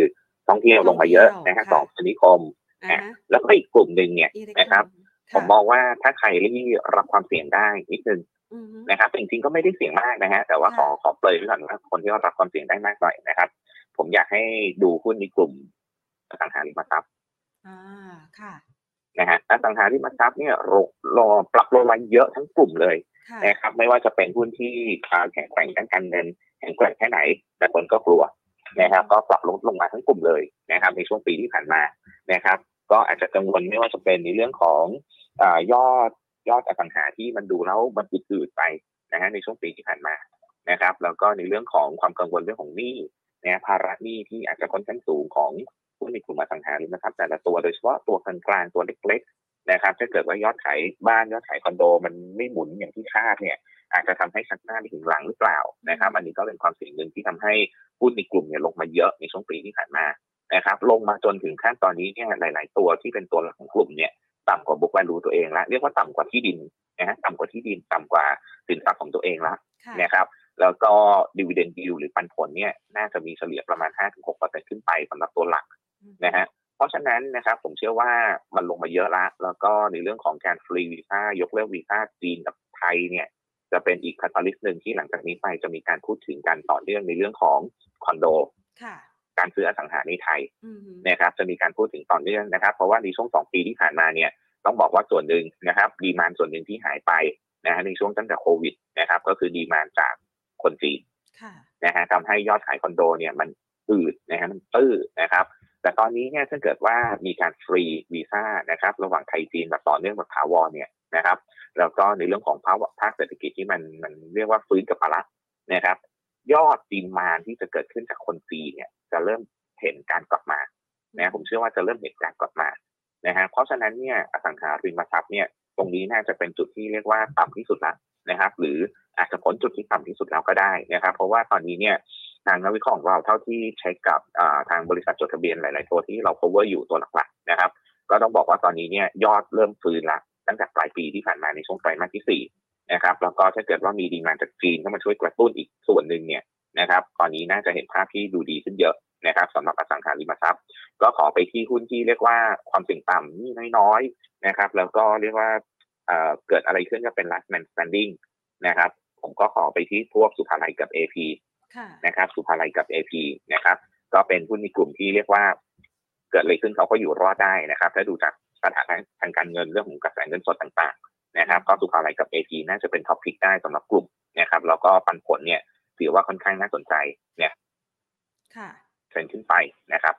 ท่องเที่ยวลงมาเยอะนะฮะสองคณิคมอ่ะแล้วก็อีกกลุ่มหนึ่งเนี่ยนะครับผมมองว่าถ้าใครที่รับความเสี่ยงได้นิดนึงนะครับจริงๆก็ไม่ได้เสี่ยงมากนะฮะแต่ว่าขอขอเปรยไว้ก่อนว่าคนที่รับความเสี่ยงได้มากหน่อยนะครับผมอยากให้ดูหุ้นในกลุ่มอสังหาริมทรัพย์อ่าค่ะนะฮะอสังหาริมทรัพย์เนี่ยรอปรับลงมาเยอะทั้งกลุ่มเลยนะครับไม่ว่าจะเป็นหุ้นที่แข็งแกร่งด้านการเงินแข็งแกร่งแค่ไหนแต่คนก็กลัวนะครับก็ปรับลดลงมาทั้งกลุ่มเลยนะครับในช่วงปีที่ผ่านมานะครับก็อาจจะกังวลไม่ว่าจะเป็นในเรื่องของอ่ายอดยอดอสังหาที่มันดูแล้วมันอืดๆไปนะฮะในช่วงปีที่ผ่านมานะครับแล้วก็ในเรื่องของความกังวลเรื่องของหนี้นะภาระหนี้ที่อาจจะค่อนข้างสูงของผู้ในกลุ่มอสังหาริมทรัพย์แต่ละตัวโดยเฉพาะตัวกลางๆตัวเล็กๆนะครับถ้าเกิดว่ายอดขายบ้านยอดขายคอนโดมันไม่หมุนอย่างที่คาดเนี่ยอาจจะทำให้ชักหน้าไปถึงหลังหรือเปล่านะครับอันนี้ก็เป็นความเสี่ยงหนึ่งที่ทำให้หุ้นในกลุ่มเนี่ยลงมาเยอะในช่วงปีที่ผ่านมานะครับลงมาจนถึงขั้นตอนนี้เนี่ยหลายๆตัวที่เป็นตัวหลักของกลุ่มเนี่ยต่ำกว่า book value ตัวเองละเรียกว่าต่ำกว่าที่ดินนะฮะต่ำกว่าที่ดินต่ำกว่าสินทรัพย์ของตัวเองละนะครับแล้วก็ dividend yield หรือปันผลเนี่ยน่าจะมีเฉลี่ยประมาณ ห้าถึงหกเปอร์เซ็นต์ ขึ้นไปสำหรับตัวหลักนะฮะเพราะฉะนั้นนะครับผมเชื่อว่ามันลงมาเยอะละแล้วก็ในเรื่องของการฟรีวีซ่ายกเลิกวีซ่าจีนกับไทยเนี่ยจะเป็นอีกคาตาลิสต์หนึ่งที่หลังจากนี้ไปจะมีการพูดถึงการต่อเนื่องในเรื่องของคอนโดการซื้ออสังหาในไทยนะครับจะมีการพูดถึงต่อเนื่องนะครับเพราะว่าในช่วงสองปีที่ผ่านมาเนี่ยต้องบอกว่าส่วนหนึ่งนะครับดีมานด์ส่วนหนึ่งที่หายไปนะฮะในช่วงตั้งแต่โควิดนะครับก็คือดีมานด์จากคนจีนนะฮะทำให้ยอดขายคอนโดเนี่ยมันอืดนะฮะมันตื้อนะครับแต่ตอนนี้เนี่ยถ้าเกิดว่ามีการฟรีวีซ่านะครับระหว่างไทยจีนแบบต่อเนื่องแบบถาวรเนี่ยนะครับแล้วก็ในเรื่องของภาคภาคเศรษฐกิจที่มันมันเรียกว่าฟื้นกับพละนะครับยอดดีมานด์ที่จะเกิดขึ้นจากคนจีนเนี่ยจะเริ่มเห็นการกลับมานะผมเชื่อว่าจะเริ่มเห็นการกลับมานะฮะเพราะฉะนั้นเนี่ยอสังหาริมทรัพย์เนี่ยตรงนี้น่าจะเป็นจุดที่เรียกว่าต่ำที่สุดแล้วนะครับหรืออาจจะพ้นจุดที่ต่ำที่สุดแล้วก็ได้นะครับเพราะว่าตอนนี้เนี่ยทางนักวิเคราะห์ของเราเท่าที่ใช้กับทางบริษัทจดทะเบียนหลายๆตัวที่เรา cover อยู่ตัวหลักๆนะครับก็ต้องบอกว่าตอนนี้เนี่ยยอดเริ่มฟื้นละตั้งแต่ปลายปีที่ผ่านมาในช่วงไตรมาสที่สี่นะครับแล้วก็ถ้าเกิดว่ามีดีมานด์จากจีนเข้ามาช่วยกระตุ้นอีกส่วนหนึ่งเนี่ยนะครับตอนนี้น่าจะเห็นภาพที่ดูดีขึ้นเยอะนะครับสำหรับอสังหาริมทรัพย์ก็ขอไปที่หุ้นที่เรียกว่าความเสี่ยงต่ำนี่น้อยๆนะครับแล้วก็เรียกว่าเอ่อเกิดอะไรขึ้นก็เป็น last man standing นะครับผมก็ขอไปที่พวกสุภาลัยกับ เอ พี นะครับสุภาลัยกับ เอ พี นะครับก็เป็นหุ้นในกลุ่มที่เรียกว่าเกิดอะไรขึ้นเขาก็อยู่รอดได้นะครับถ้าดูจากสถานะทางการเงินเรื่องของกระแสเงินสดต่างๆนะครับก็สุภาลัยกับ เอ พี น่าจะเป็นท็อปพิกได้สำหรับกลุ่มนะครับแล้วก็ปันผลเนี่ยถือว่าค่อนข้างน่าสนใจเนี่ยค่ะเทรนด์ขึ้นไปนะครับ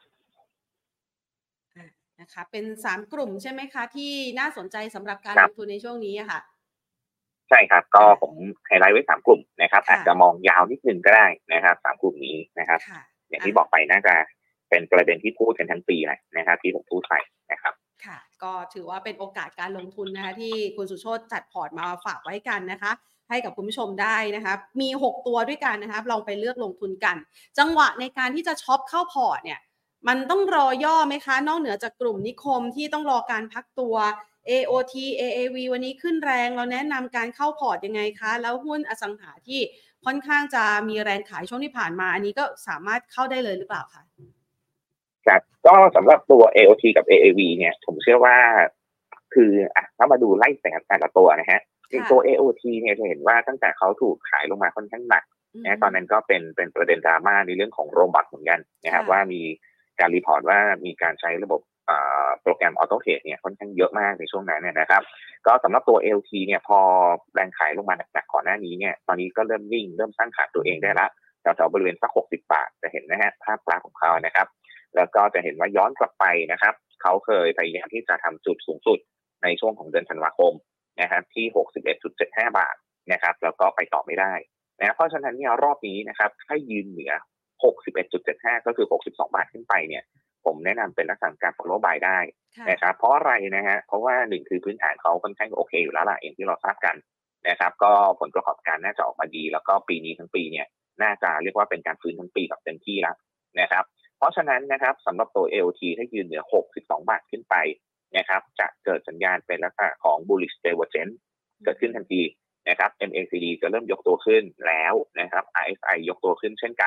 นะคะเป็นสามกลุ่มใช่ไหมคะที่น่าสนใจสำหรับการลงทุนในช่วงนี้ค่ะใช่ครับก็ผมไฮไลท์ไว้สามกลุ่มนะครับอาจจะมองยาวนิดนึงก็ได้นะครับสามกลุ่มนี้นะครับอย่างที่บอกไปน่าจะเป็นประเด็นที่พูดกันทั้งปีเลยนะครับที่ผมพูดไปนะครับค่ะก็ถือว่าเป็นโอกาสการลงทุนนะคะที่คุณสุโชติจัดพอร์ตมาฝากไว้กันนะคะให้กับคุณผู้ชมได้นะคะมีหกตัวด้วยกันนะคะลองไปเลือกลงทุนกันจังหวะในการที่จะช็อปเข้าพอร์ตเนี่ยมันต้องรอย่อไหมคะนอกเหนือจากกลุ่มนิคมที่ต้องรอการพักตัว เอ โอ ที เอ เอ วี วันนี้ขึ้นแรงเราแนะนำการเข้าพอร์ตยังไงคะแล้วหุ้นอสังหาที่ค่อนข้างจะมีแรงขายช่วงที่ผ่านมาอันนี้ก็สามารถเข้าได้เลยหรือเปล่าคะครับก็สำหรับตัว เอ โอ ที กับ เอ เอ วี เนี่ยผมเชื่อว่าคืออ่ะถ้ามาดูไล่แต่แต่ละตัวนะฮะจริงตัว เอ โอ ที เนี่ยจะเห็นว่าตั้งแต่เขาถูกขายลงมาค่อนข้างหนักนะตอนนั้นก็เป็นเป็นประเด็นดราม่าในเรื่องของโรบอทเหมือนกันนะครับว่ามีการรีพอร์ตว่ามีการใช้ระบบโปรแกรมออโต้เทรดเนี่ยค่อนข้างเยอะมากในช่วงนั้นเนี่ยนะครับก็สำหรับตัว เอ แอล ที เนี่ยพอแรงขายลงมาหนักๆก่อนหน้านี้เนี่ยตอนนี้ก็เริ่มนิ่งเริ่มสร้างขาตัวเองได้ละแถวๆบริเวณสักหกสิบบาทจะเห็นนะฮะภาพกราฟของเขานะครับแล้วก็จะเห็นว่าย้อนกลับไปนะครับเขาเคยพยายามที่จะทำจุดสูงสุดในช่วงของเดือนธันวาคมนะครับที่ หกสิบเอ็ดจุดเจ็ดห้า บาทนะครับแล้วก็ไปต่อไม่ได้นะเพราะฉะนั้นเนี่ยรอบนี้นะครับถ้ายืนเหนือ หกสิบเอ็ดจุดเจ็ดห้า ก็คือหกสิบสองบาทขึ้นไปเนี่ยผมแนะนำเป็นลักษณะการ follow buy ได้นะครับเพราะอะไรนะฮะเพราะว่าหนึ่งคือพื้นฐานเขาค่อนข้างโอเคอยู่แล้วล่ะอย่างที่เราทราบกันนะครับก็ผลประกอบการน่าจะออกมาดีแล้วก็ปีนี้ทั้งปีเนี่ยน่าจะเรียกว่าเป็นการฟื้นทั้งปีแบบเต็มที่แล้วนะครับเพราะฉะนั้นนะครับสำหรับตัว เอ โอ ที ถ้ายืนเหนือหกสิบสองบาทขึ้นไปนะครับจะเกิดสัญญาณเป็นลักษณะของ bullish divergence เกิดขึ้นทันทีนะครับ เอ็ม เอ ซี ดี จะเริ่มยกตัวขึ้นแล้วนะครับ อาร์ เอส ไอ ยกตัวขึ้นเช่นกัน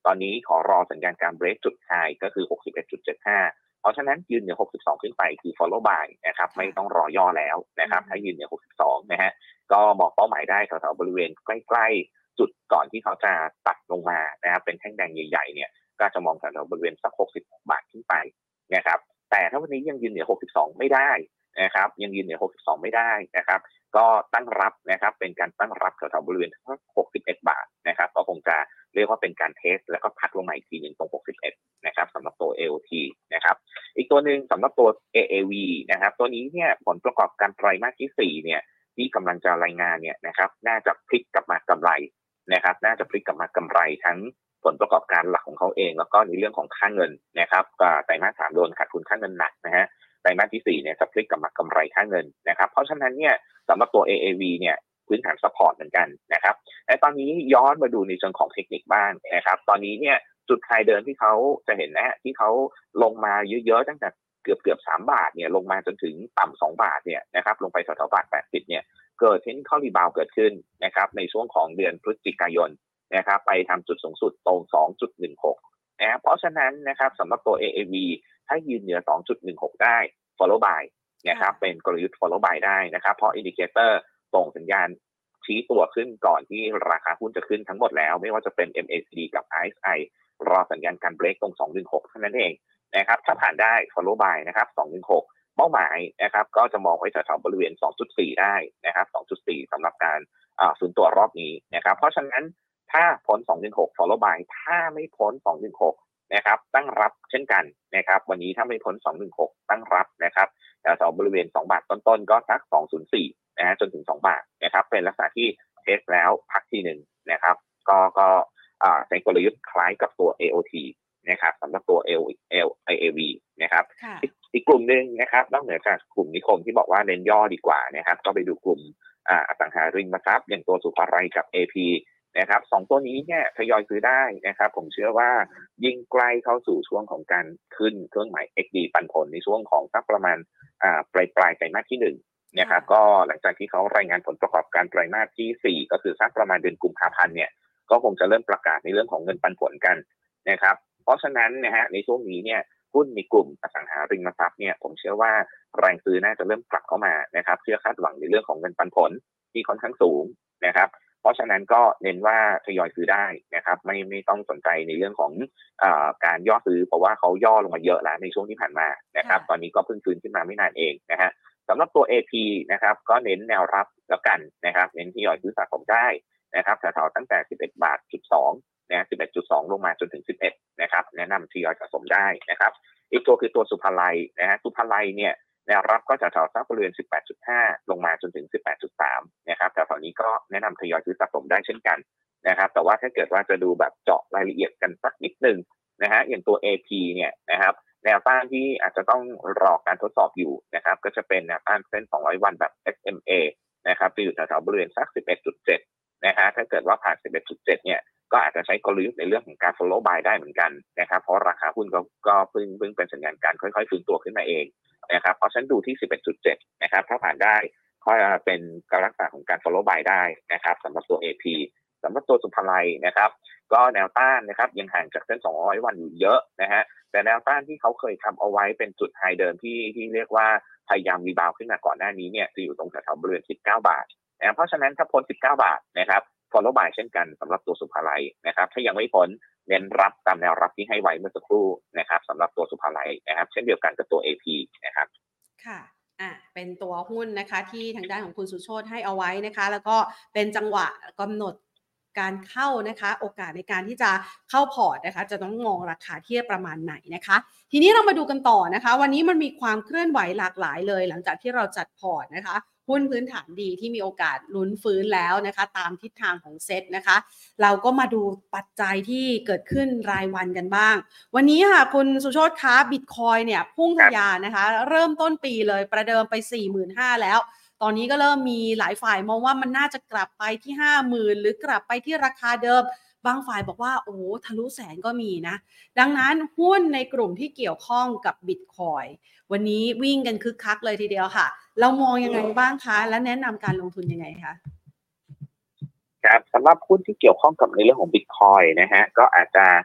ตอนนี้ขอรอสัญญาณการเบรกจุดไฮก็คือ หกสิบเอ็ดจุดเจ็ดห้า เพราะฉะนั้นยืนเหนือหกสิบสองขึ้นไปคือ follow buy นะครับไม่ต้องรอย่อแล้วนะครับถ้ายืนเหนือหกสิบสองนะฮะก็มองเป้าหมายได้แถวๆบริเวณใกล้ๆจุดก่อนที่เขาจะตัดลงมานะครับเป็นแท่งแดงใหญ่ๆเนี่ยก็จะมองแถวๆบริเวณสักหกสิบบาทขึ้นไปนะครับแต่ถ้าวันนี้ยังยืนเหนือหกสิบสองไม่ได้นะครับยังยืนเหนือหกสิบสองไม่ได้นะครับก็ตั้งรับนะครับเป็นการตั้งรับแถวๆบริเวณหกสิบเอ็ดบาทนะครับก็คงจะเรียกว่าเป็นการเทสแล้วก็พักลงมาอีกทีนึงตรงหกสิบเอ็ดนะครับสำหรับตัว เอ โอ ที นะครับอีกตัวนึงสำหรับตัว เอ เอ วี นะครับตัวนี้เนี่ยผลประกอบการไตรมาสที่สี่เนี่ยที่กำลังจะรายงานเนี่ยนะครับน่าจะพลิกกลับมากำไรนะครับน่าจะพลิกกลับมากำไรทั้งผลประกอบการหลักของเขาเองแล้วก็ในเรื่องของค่าเงินนะครับไตรมาสสามโดนขาดทุนค่าเงินหนักนะฮะไตรมาสที่สี่เนี่ยจะพลิกกลับมากำไรค่าเงินนะครับเพราะฉะนั้นเนี่ยสำหรับตัว เอ เอ วี เนี่ยพื้นฐานซัพพอร์ตเหมือนกันนะครับและตอนนี้ย้อนมาดูในเชิงของเทคนิคบ้างนะครับตอนนี้เนี่ยจุดไฮเดิมที่เขาจะเห็นนะที่เขาลงมาเยอะๆตั้งแต่เกือบเกือบสามบาทเนี่ยลงมาจนถึงต่ำสองบาทเนี่ยนะครับลงไปแถวๆบาทแปดสิบเนี่ยเกิดเทคนิคอลรีบาวด์เกิดขึ้นนะครับในช่วงของเดือนพฤศจิกายนนะครับไปทำจุดสูงสุดตรง สองจุดหนึ่งหก นะเพราะฉะนั้นนะครับสำหรับตัว เอ เอ วี ถ้ายืนเหนือ สองจุดหนึ่งหก ได้ follow buy นะครับเป็นกลยุทธ์ follow buy ได้นะครับเพราะอินดิเคเตอร์ส่งสัญญาณชี้ตัวขึ้นก่อนที่ราคาหุ้นจะขึ้นทั้งหมดแล้วไม่ว่าจะเป็น เอ็ม เอ ซี ดี กับ อาร์ เอส ไอ รอสัญญาณการเบรกตรงสองจุดหนึ่งหกเท่านั้นเองนะครับถ้าผ่านได้ follow buy นะครับสองจุดหนึ่งหกเป้าหมายนะครับก็จะมองไว้แถวๆบริเวณ สองจุดสี่ ได้นะครับ สองจุดสี่ สำหรับการฟื้นตัวรอบนี้นะครับเพราะฉะนั้นถ้าพ้นสองจุดหนึ่งหก follow buy ถ้าไม่พ้นสองจุดหนึ่งหกนะครับตั้งรับเช่นกันนะครับวันนี้ถ้าไม่พ้นสองจุดหนึ่งหกตั้งรับนะครับแถวๆบริเวณสองบาทต้นๆก็สักสองจุดศูนย์สี่นะฮะจนถึงสองบาทนะครับเป็นลักษณะที่เทสแล้วพักทีนึงนะครับก็ก็ใช้กลยุทธ์คล้ายกับตัว เอ โอ ที นะครับสำหรับตัว เอ เอ วี นะครับอีกกลุ่มนึงนะครับนอกเหนือจากกลุ่มนิคมที่บอกว่าเน้นย่อดีกว่านะครับก็ไปดูกลุ่มอสังหาริมทรัพย์อย่างตัวสุภาลัยกับ เอ พี นะครับสองตัวนี้เนี่ยทยอยซื้อได้นะครับผมเชื่อว่ายิ่งใกล้เข้าสู่ช่วงของการขึ้นเครื่องหมาย เอ็กซ์ ดี ปันผลในช่วงของสักประมาณปลายปลายไตรมาสที่หนึ่งนะครับก็หลังจากที่เขารายงานผลประกอบการไตรมาสที่สี่ก็คือสักประมาณเดือนกุมภาพันธ์เนี่ยก็คงจะเริ่มประกาศในเรื่องของเงินปันผลกันนะครับเพราะฉะนั้นนะฮะในช่วงนี้เนี่ยหุ้นในกลุ่มอสังหาริมทรัพย์เนี่ยผมเชื่อว่าแรงซื้อน่าจะเริ่มกลับเข้ามานะครับเพื่อคาดหวังในเรื่องของเงินปันผลที่ค่อนข้างสูงนะครับเพราะฉะนั้นก็เน้นว่าทยอยซื้อได้นะครับไม่ไม่ต้องสนใจในเรื่องของเอ่อการย่อซื้อเพราะว่าเขาย่อลงมาเยอะแล้วในช่วงที่ผ่านมานะครับตอนนี้ก็เพิ่งฟื้นขึ้นมาไม่นานเองนะฮะสำหรับตัว เอ พี นะครับก็เน้นแนวรับแล้วกันนะครับเน้นทยอยซื้อสะสมได้นะครับแถวๆตั้งแต่สิบเอ็ดบาทจุดสองนะสิบเอ็ดจุดสองลงมาจนถึงสิบเอ็ดนะครับแนะนำทยอยสะสมได้นะครับอีกตัวคือตัวสุภาลัยนะฮะสุภาลัยเนี่ยแนวรับก็จะแถวสักบริเวณ สิบแปดจุดห้า ลงมาจนถึง สิบแปดจุดสาม นะครับแต่ตอนนี้ก็แนะนำทยอยซื้อสะสมได้เช่นกันนะครับแต่ว่าถ้าเกิดว่าจะดูแบบเจาะรายละเอียดกันสักนิดนึงนะฮะอย่างตัว เอ พี เนี่ยนะครับแนวต้านที่อาจจะต้องรอการทดสอบอยู่นะครับก็จะเป็นแนวต้านเส้นสองร้อยวันแบบ เอส เอ็ม เอ นะครับจะอยู่แถวๆบริเวณสัก สิบเอ็ดจุดเจ็ด นะฮะถ้าเกิดว่าผ่าน สิบเอ็ดจุดเจ็ด เนี่ยก็อาจจะใช้กลยุทธ์ในเรื่องของการ follow buy ได้เหมือนกันนะครับเพราะราคาหุ้นก็ก็เพิ่งเพิ่งเป็นสัญญาณการค่อยๆฟื้นตัวขึ้นมาเองนะครับเพราะฉะนั้นดูที่ สิบเอ็ดจุดเจ็ด นะครับถ้าผ่านได้ก็เป็นการรักษาของการ follow buy ได้นะครับสำหรับตัว เอ พี สำหรับตัวสุภาลัยนะครับก็แนวต้านนะครับยังห่างจากเส้นสองร้อยวันอยู่เยอะนะฮะแต่แนวต้านที่เขาเคยทำเอาไว้เป็นจุดไฮเดิมที่ที่เรียกว่าพยายามรีบาวขึ้นมาก่อนหน้านี้เนี่ยจะอยู่ตรงแถวๆบริเวณสิบเก้าบาทนะเพราะฉะนั้นถ้าพ้นสิบเก้าบาทนะครับfollow buy เช่นกันสำหรับตัวสุภาลัยนะครับถ้ายังไม่พ้นเน้นรับตามแนวรับที่ให้ไว้เมื่อสักครู่นะครับสำหรับตัวสุภาลัยนะครับเช่นเดียวกันกับตัว เอ พี นะครับค่ะอ่ะเป็นตัวหุ้นนะคะที่ทางด้านของคุณสุโชติให้เอาไว้นะคะแล้วก็เป็นจังหวะกำหนดการเข้านะคะโอกาสในการที่จะเข้าพอร์ตนะคะจะต้องมองราคาที่ประมาณไหนนะคะทีนี้เรามาดูกันต่อนะคะวันนี้มันมีความเคลื่อนไหวหลากหลายเลยหลังจากที่เราจัดพอร์ตนะคะหุ้นพื้นฐานดีที่มีโอกาสลุ้นฟื้นแล้วนะคะตามทิศทางของเซ็ตนะคะเราก็มาดูปัจจัยที่เกิดขึ้นรายวันกันบ้างวันนี้ค่ะคุณสุโชติคะบิตคอยเนี่ยพุ่งทะยานนะคะเริ่มต้นปีเลยประเดิมไป สี่หมื่นห้าพัน แล้วตอนนี้ก็เริ่มมีหลายฝ่ายมองว่ามันน่าจะกลับไปที่ ห้าหมื่น หรือกลับไปที่ราคาเดิมบางฝ่ายบอกว่าโอ้ทะลุแสนก็มีนะดังนั้นหุ้นในกลุ่มที่เกี่ยวข้องกับบิตคอยวันนี้วิ่งกันคึกคักเลยทีเดียวค่ะเรามองยังไงบ้างคะและแนะนำการลงทุนยังไงคะครับสำหรับหุ้นที่เกี่ยวข้องกับในเรื่องของ Bitcoin นะฮะก็อาจจะ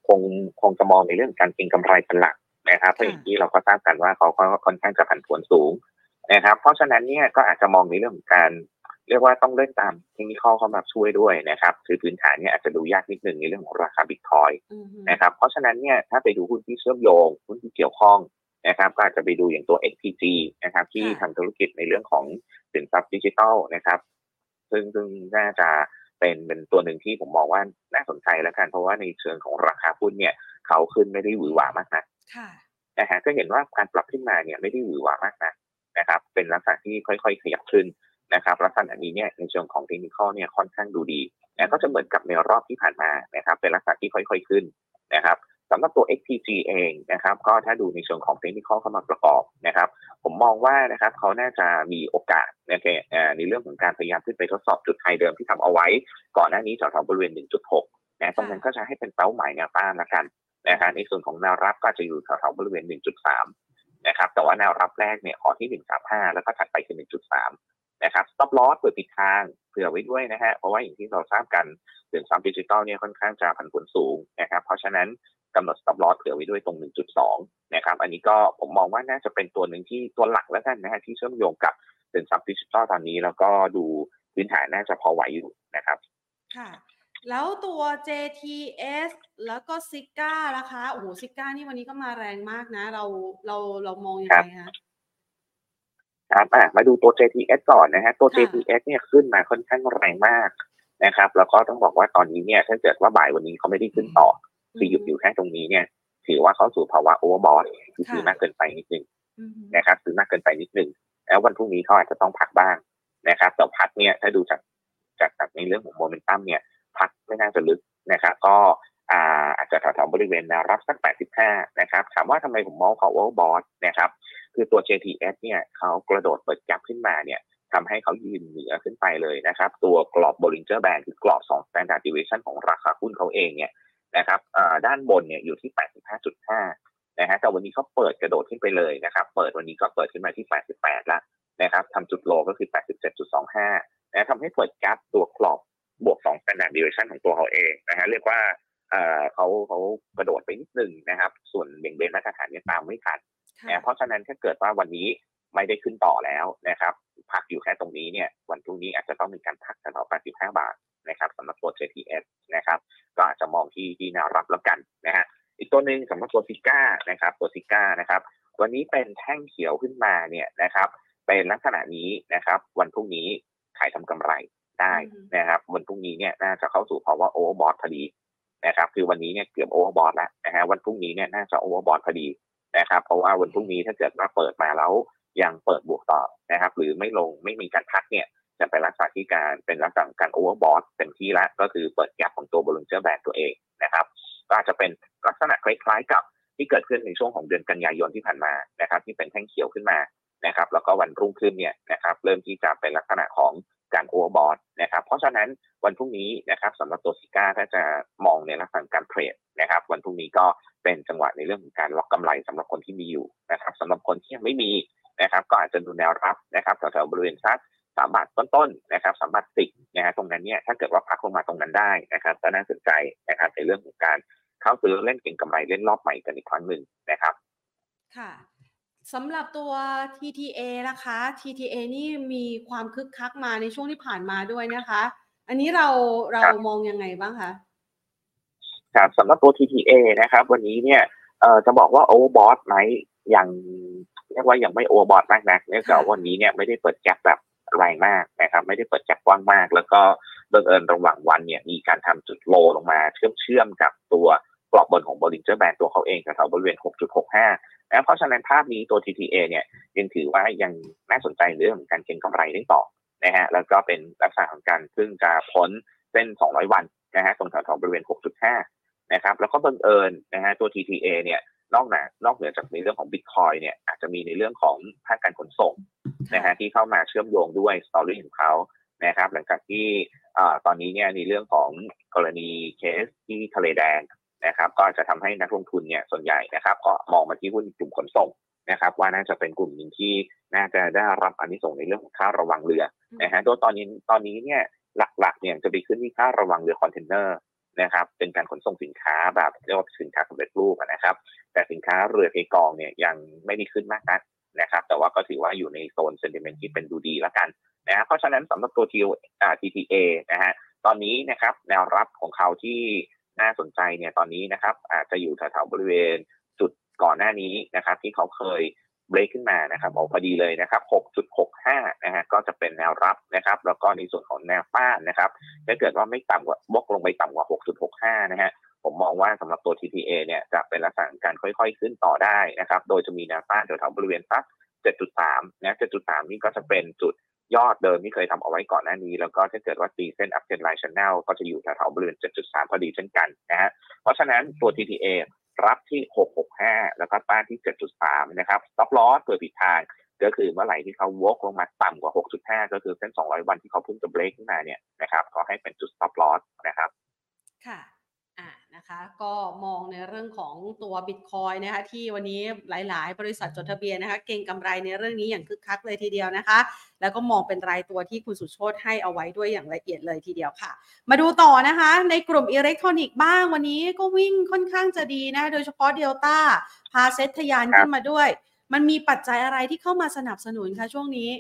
คงคงจะมองในเรื่องการเก็งกำไรเป็นหลักนะครับเพราะอย่างที่เราก็ทราบกันว่าเขาก็ค่อนข้างจะผันผวนสูงนะครับเพราะฉะนั้นเนี่ยก็อาจจะมองในเรื่องของการเรียกว่าต้องเล่นตามเทคนิคเข้ามาช่วยด้วยนะครับคือพื้นฐานเนี่ยอาจจะดูยากนิดนึงในเรื่องของราคาบิตคอยน์นะครับเพราะฉะนั้นเนี่ยถ้าไปดูหุ้นที่เชื่อมโยงหุ้นที่เกี่ยวข้องนะครับก็อาจจะไปดูอย่างตัว เอ็กซ์ พี จี นะครับที่ทำธุรกิจในเรื่องของสินทรัพย์ดิจิทัลนะครับซึ่งซึ่งน่าจะเป็นเป็นตัวหนึ่งที่ผมมองว่าน่าสนใจแล้วกันเพราะว่าในเชิงของราคาหุ้นเนี่ยเขาขึ้นไม่ได้หวือหวามากนะนะฮะก็เห็นว่าการปรับขึ้นมาเนี่ยไม่ได้หวือหวามากนะนะครับเป็นลักษณะที่ค่อยๆขยับขึ้นนะครับลักษณะนี้เนี่ยในเชิงของเทคนิคเนี่ยค่อนข้างดูดีนะก็จะเหมือนกับในรอบที่ผ่านมานะครับเป็นลักษณะที่ค่อยๆขึ้นนะครับสำหรับตัว เอ็กซ์ พี จี เองนะครับก็ถ้าดูในเชิงของเทคนิคเข้ามาประกอบนะครับผมมองว่านะครับเขาน่าจะมีโอกาสนะครับในเรื่องของการพยายามขึ้นไปทดสอบจุดไฮเดิมที่ทำเอาไว้ก่อนหน้านี้แถวๆบริเวณ หนึ่งจุดหก นะตรงนั้นก็จะให้เป็นเป้าหมายแนวต้านละกันนะครับในส่วนของแนวรับก็จะอยู่แถวๆบริเวณ หนึ่งจุดสาม นะครับแต่ว่าแนวรับแรกเนี่ยขอที่หนึ่งจุดสามห้าแล้วก็ถัดไปคือ หนึ่งจุดสาม นะครับ stop loss เปิดปิดทางเผื่อไว้ด้วยนะฮะเพราะว่าอย่างที่เราทราบกันสินทรัพย์ดิจิทัลเนี่ยค่อนข้างจะผันผวนสูงนะครับเพราะฉะนั้นกำหนด stop loss เผื่อไว้ด้วยตรง หนึ่งจุดสอง นะครับอันนี้ก็ผมมองว่าน่าจะเป็นตัวหนึ่งที่ตัวหลักแล้วกันนะฮะที่เชื่อมโยงกับสินทรัพย์ดิจิทัลตอนนี้แล้วก็ดูพื้นฐานน่าจะพอไหวอยู่นะครับค่ะแล้วตัว เจ ที เอส แล้วก็ ซิก้า ล่ะคะโอ้โห ซิก้า นี่วันนี้ก็มาแรงมากนะเราเราเรามองยังไงคะครับมาดูตัว เจ ที เอส ก่อนนะฮะตัว เจ ที เอส เนี่ยขึ้นมาค่อนข้างแรงมากนะครับแล้วก็ต้องบอกว่าตอนนี้เนี่ยถ้าเกิดว่าบ่ายวันนี้เขาไม่ได้ขึ้นต่อคือหยุดอยู่แค่ตรงนี้เนี่ยถือว่าเข้าสู่ภาวะโอเวอร์บอทที่ซื้อมากเกินไปนิดนึงนะครับซื้อมากเกินไปนิดนึงแล้ววันพรุ่งนี้เขาอาจจะต้องพักบ้างนะครับแต่พักเนี่ยถ้าดูจากจากจากในเรื่องของโมเมนตัมเนี่ยพักไม่น่าจะลึกนะครับก็อาจจะแถวๆบริเวณแนวรับสักแปดสิบห้านะครับถามว่าทำไมผมมองเขาโอเวอร์บอทนะครับคือตัว เจ ที เอส เนี่ยเขากระโดดเปิดแกปขึ้นมาเนี่ยทำให้เขายืนเหนือขึ้นไปเลยนะครับตัวกรอบ Bollinger Band คือกรอบสอง Standard Deviation ของราคาหุ้นเขาเองเนี่ยนะครับด้านบนเนี่ยอยู่ที่ แปดสิบห้าจุดห้า นะฮะแต่วันนี้เขาเปิดกระโดดขึ้นไปเลยนะครับเปิดวันนี้ก็เปิดขึ้นมาที่แปดสิบแปดแล้วนะครับทำจุดโลก็คือ แปดสิบเจ็ดจุดสองห้า นะทำให้เปิดแกปตัวกรอบบวกสอง Standard Deviation ของตัวเขาเองนะฮะเรียกว่าเอ่อเขาเขากระโดดไปนิดนึงนะครับส่วนเบี่ยงเบนมาตรฐานเนี่ยตามไม่ทันนะเพราะฉะนั้นถ้าเกิดว่าวันนี้ไม่ได้ขึ้นต่อแล้วนะครับพักอยู่แค่ตรงนี้เนี่ยวันพรุ่งนี้อาจจะต้องมีการพักแถวๆแปดสิบห้าบาทนะครับสำหรับตัว เจ ที เอส นะครับก็อาจจะมองที่ที่แนวรับแล้วกันนะฮะอีกตัวหนึ่งสำหรับตัวซิก้านะครับตัวซิก้านะครับวันนี้เป็นแท่งเขียวขึ้นมาเนี่ยนะครับเป็นลักษณะนี้นะครับวันพรุ่งนี้ขายทำกำไรได้นะครับวันพรุ่งนี้เนี่ยน่าจะเข้าสู่ภาวะโอเวอร์บอทพอดีนะครับคือวันนี้เนี่ยเกือบโอเวอร์บอทแล้วนะฮะวันพรุ่งนี้เนี่ยน่าจะโอเวอร์บอทพอดีนะครับเพราะว่าวันพรุ่งนี้ถ้าเกิดว่าเปิดมาแล้วยังเปิดบวกต่อนะครับหรือไม่ลงไม่มีการพักเนี่ยจะเป็นลักษณะที่การเป็นลักษณะการโอเวอร์บอทเต็มที่แล้วก็คือเปิดแกปของตัว Bollinger Band ตัวเองนะครับก็อาจจะเป็นลักษณะคล้ายๆกับที่เกิดขึ้นในช่วงของเดือนกันยายนที่ผ่านมานะครับที่เป็นแท่งเขียวขึ้นมานะครับแล้วก็วันรุ่งขึ้นเนี่ยนะครับเริ่มที่จะเป็นลักษณะของการโอเวอร์บอทนะครับเพราะฉะนั้นวันพรุ่งนี้นะครับสำหรับตัวซิก้าถ้าจะมองในลักษณะการเทรดนะครับวันพรุ่งนี้ก็เป็นจังหวะในเรื่องของการล็อกกำไรสำหรับคนที่มีอยู่นะครับสำหรับคนที่ยังไม่มีนะครับก็อาจจะดูแนวรับนะครับแถวๆบริเวณสักสามบาทต้นๆนะครับสามบาทสิบนะฮะตรงนั้นเนี่ยถ้าเกิดว่าพักลงมาตรงนั้นได้นะครับก็น่าสนใจนะครับในเรื่องของการเข้าซื้อเล่นเก็งกำไรเล่นรอบใหม่กันอีกครั้งหนึ่งนะครับค่ะสำหรับตัว ที ที เอ นะคะ ที ที เอ นี่มีความคึกคักมาในช่วงที่ผ่านมาด้วยนะคะอันนี้เราเรามองยังไงบ้างคะครับสำหรับตัว ที ที เอ นะครับวันนี้เนี่ยเอ่อจะบอกว่าโอเวอร์บอทไหมยังเรียกว่ายังไม่โอเวอร์บอทมากนักเนื่องจากวันนี้เนี่ยไม่ได้เปิดแกปแบบแรงมากนะครับไม่ได้เปิดแกปกว้างมากแล้วก็บังเอิญระหว่างวันเนี่ยมีการทำจุดโลลงมาเชื่อมเชื่อมกับตัวกรอบบนของ Bollinger Band ตัวเขาเองแถวๆบริเวณ หกจุดหกห้า นะเพราะฉะนั้นภาพนี้ตัว ที ที เอ เนี่ยยังถือว่ายังน่าสนใจเรื่องของการเก็งกำไรได้ต่อนะฮะแล้วก็เป็นลักษณะของการซึ่งจะพ้นเส้นสองร้อยวันนะฮะตรงแถวๆบริเวณ หกจุดห้า นะครับแล้วก็บังเอิญนะฮะตัว ที ที เอ เนี่ยนอกเหนือนอกเหนือจากในเรื่องของ Bitcoin เนี่ยอาจจะมีในเรื่องของภาคการขนส่งนะฮะที่เข้ามาเชื่อมโยงด้วยสตอรี่ของเขานะครับหลังจากที่ตอนนี้เนี่ยในเรื่องของกรณีเคสที่ทะเลแดงนะครับก็จะทำให้นักลงทุนเนี่ยส่วนใหญ่นะครับก็มองมาที่หุ้นกลุ่มขนส่งนะครับว่าน่าจะเป็นกลุ่มหนึ่งที่น่าจะได้รับอานิสงส์ในเรื่องของค่าระวังเรือนะฮะโดยตอนนี้ตอนนี้เนี่ยหลักๆเนี่ยจะไปขึ้นที่ค่าระวังเรือคอนเทนเนอร์นะครับเป็นการขนส่งสินค้าแบบเรียกว่าสินค้าสำเร็จรูปนะครับแต่สินค้าเรือเทกองเนี่ยยังไม่ได้ขึ้นมากนักนะครับแต่ว่าก็ถือว่าอยู่ในโซน sentiment ที่เป็นดูดีแล้วกันนะเพราะฉะนั้นสำหรับตัว ที ที เอ นะฮะตอนนี้นะครับแนวรับของเขาที่น่าสนใจเนี่ยตอนนี้นะครับอาจจะอยู่แถวๆบริเวณจุดก่อนหน้านี้นะครับที่เขาเคยเบรกขึ้นมานะครับเอาพอดีเลยนะครับ หกจุดหกห้า นะฮะก็จะเป็นแนวรับนะครับแล้วก็ในส่วนของแนวต้านนะครับถ้าเกิดว่าไม่ต่ำกว่าบวกลงไปต่ำกว่า หกจุดหกห้า นะฮะผมมองว่าสำหรับตัว ที ที เอ เนี่ยจะเป็นลักษณะการค่อยๆขึ้นต่อได้นะครับโดยจะมีแนวต้านแถวๆบริเวณสัก เจ็ดจุดสาม นะ เจ็ดจุดสาม นี่ก็จะเป็นจุดยอดเดิมที่เคยทำเอาไว้ก่อนหน้านี้แล้วก็ถ้าเกิดว่าตีเส้น Uptrend Line Channel ก็จะอยู่แถวๆบริเวณ เจ็ดจุดสาม พอดีเช่นกันนะฮะเพราะฉะนั้นตัว ที ที เอ รับที่ หกจุดหกห้า แล้วก็ต้านที่ เจ็ดจุดสาม นะครับ Stop Loss เปิดผิดทางก็คือเมื่อไหร่ที่เขาวกลงมาต่ำกว่า หกจุดห้า ก็คือเส้นสองร้อยวันที่เขาเพิ่งจะเบรกขึ้นมาเนี่ยนะครับก็ให้เป็นจุด Stop Loss นะครับค่ะอ่านะคะก็มองในเรื่องของตัว Bitcoin นะคะที่วันนี้หลายๆบริษัทจดทะเบียนนะคะเก็งกำไรในเรื่องนี้อย่างคึกคักเลยทีเดียวนะคะแล้วก็มองเป็นรายตัวที่คุณสุโชติให้เอาไว้ด้วยอย่างละเอียดเลยทีเดียวค่ะมาดูต่อนะคะในกลุ่มอิเล็กทรอนิกส์บ้างวันนี้ก็วิ่งค่อนข้างจะดีนะโดยเฉพาะเดลต้าพาเซ็ตทะยานขึ้นมาด้วยมันมีปัจจัยอะไรที่เข้ามาสนับสนุนคะช่วงนี้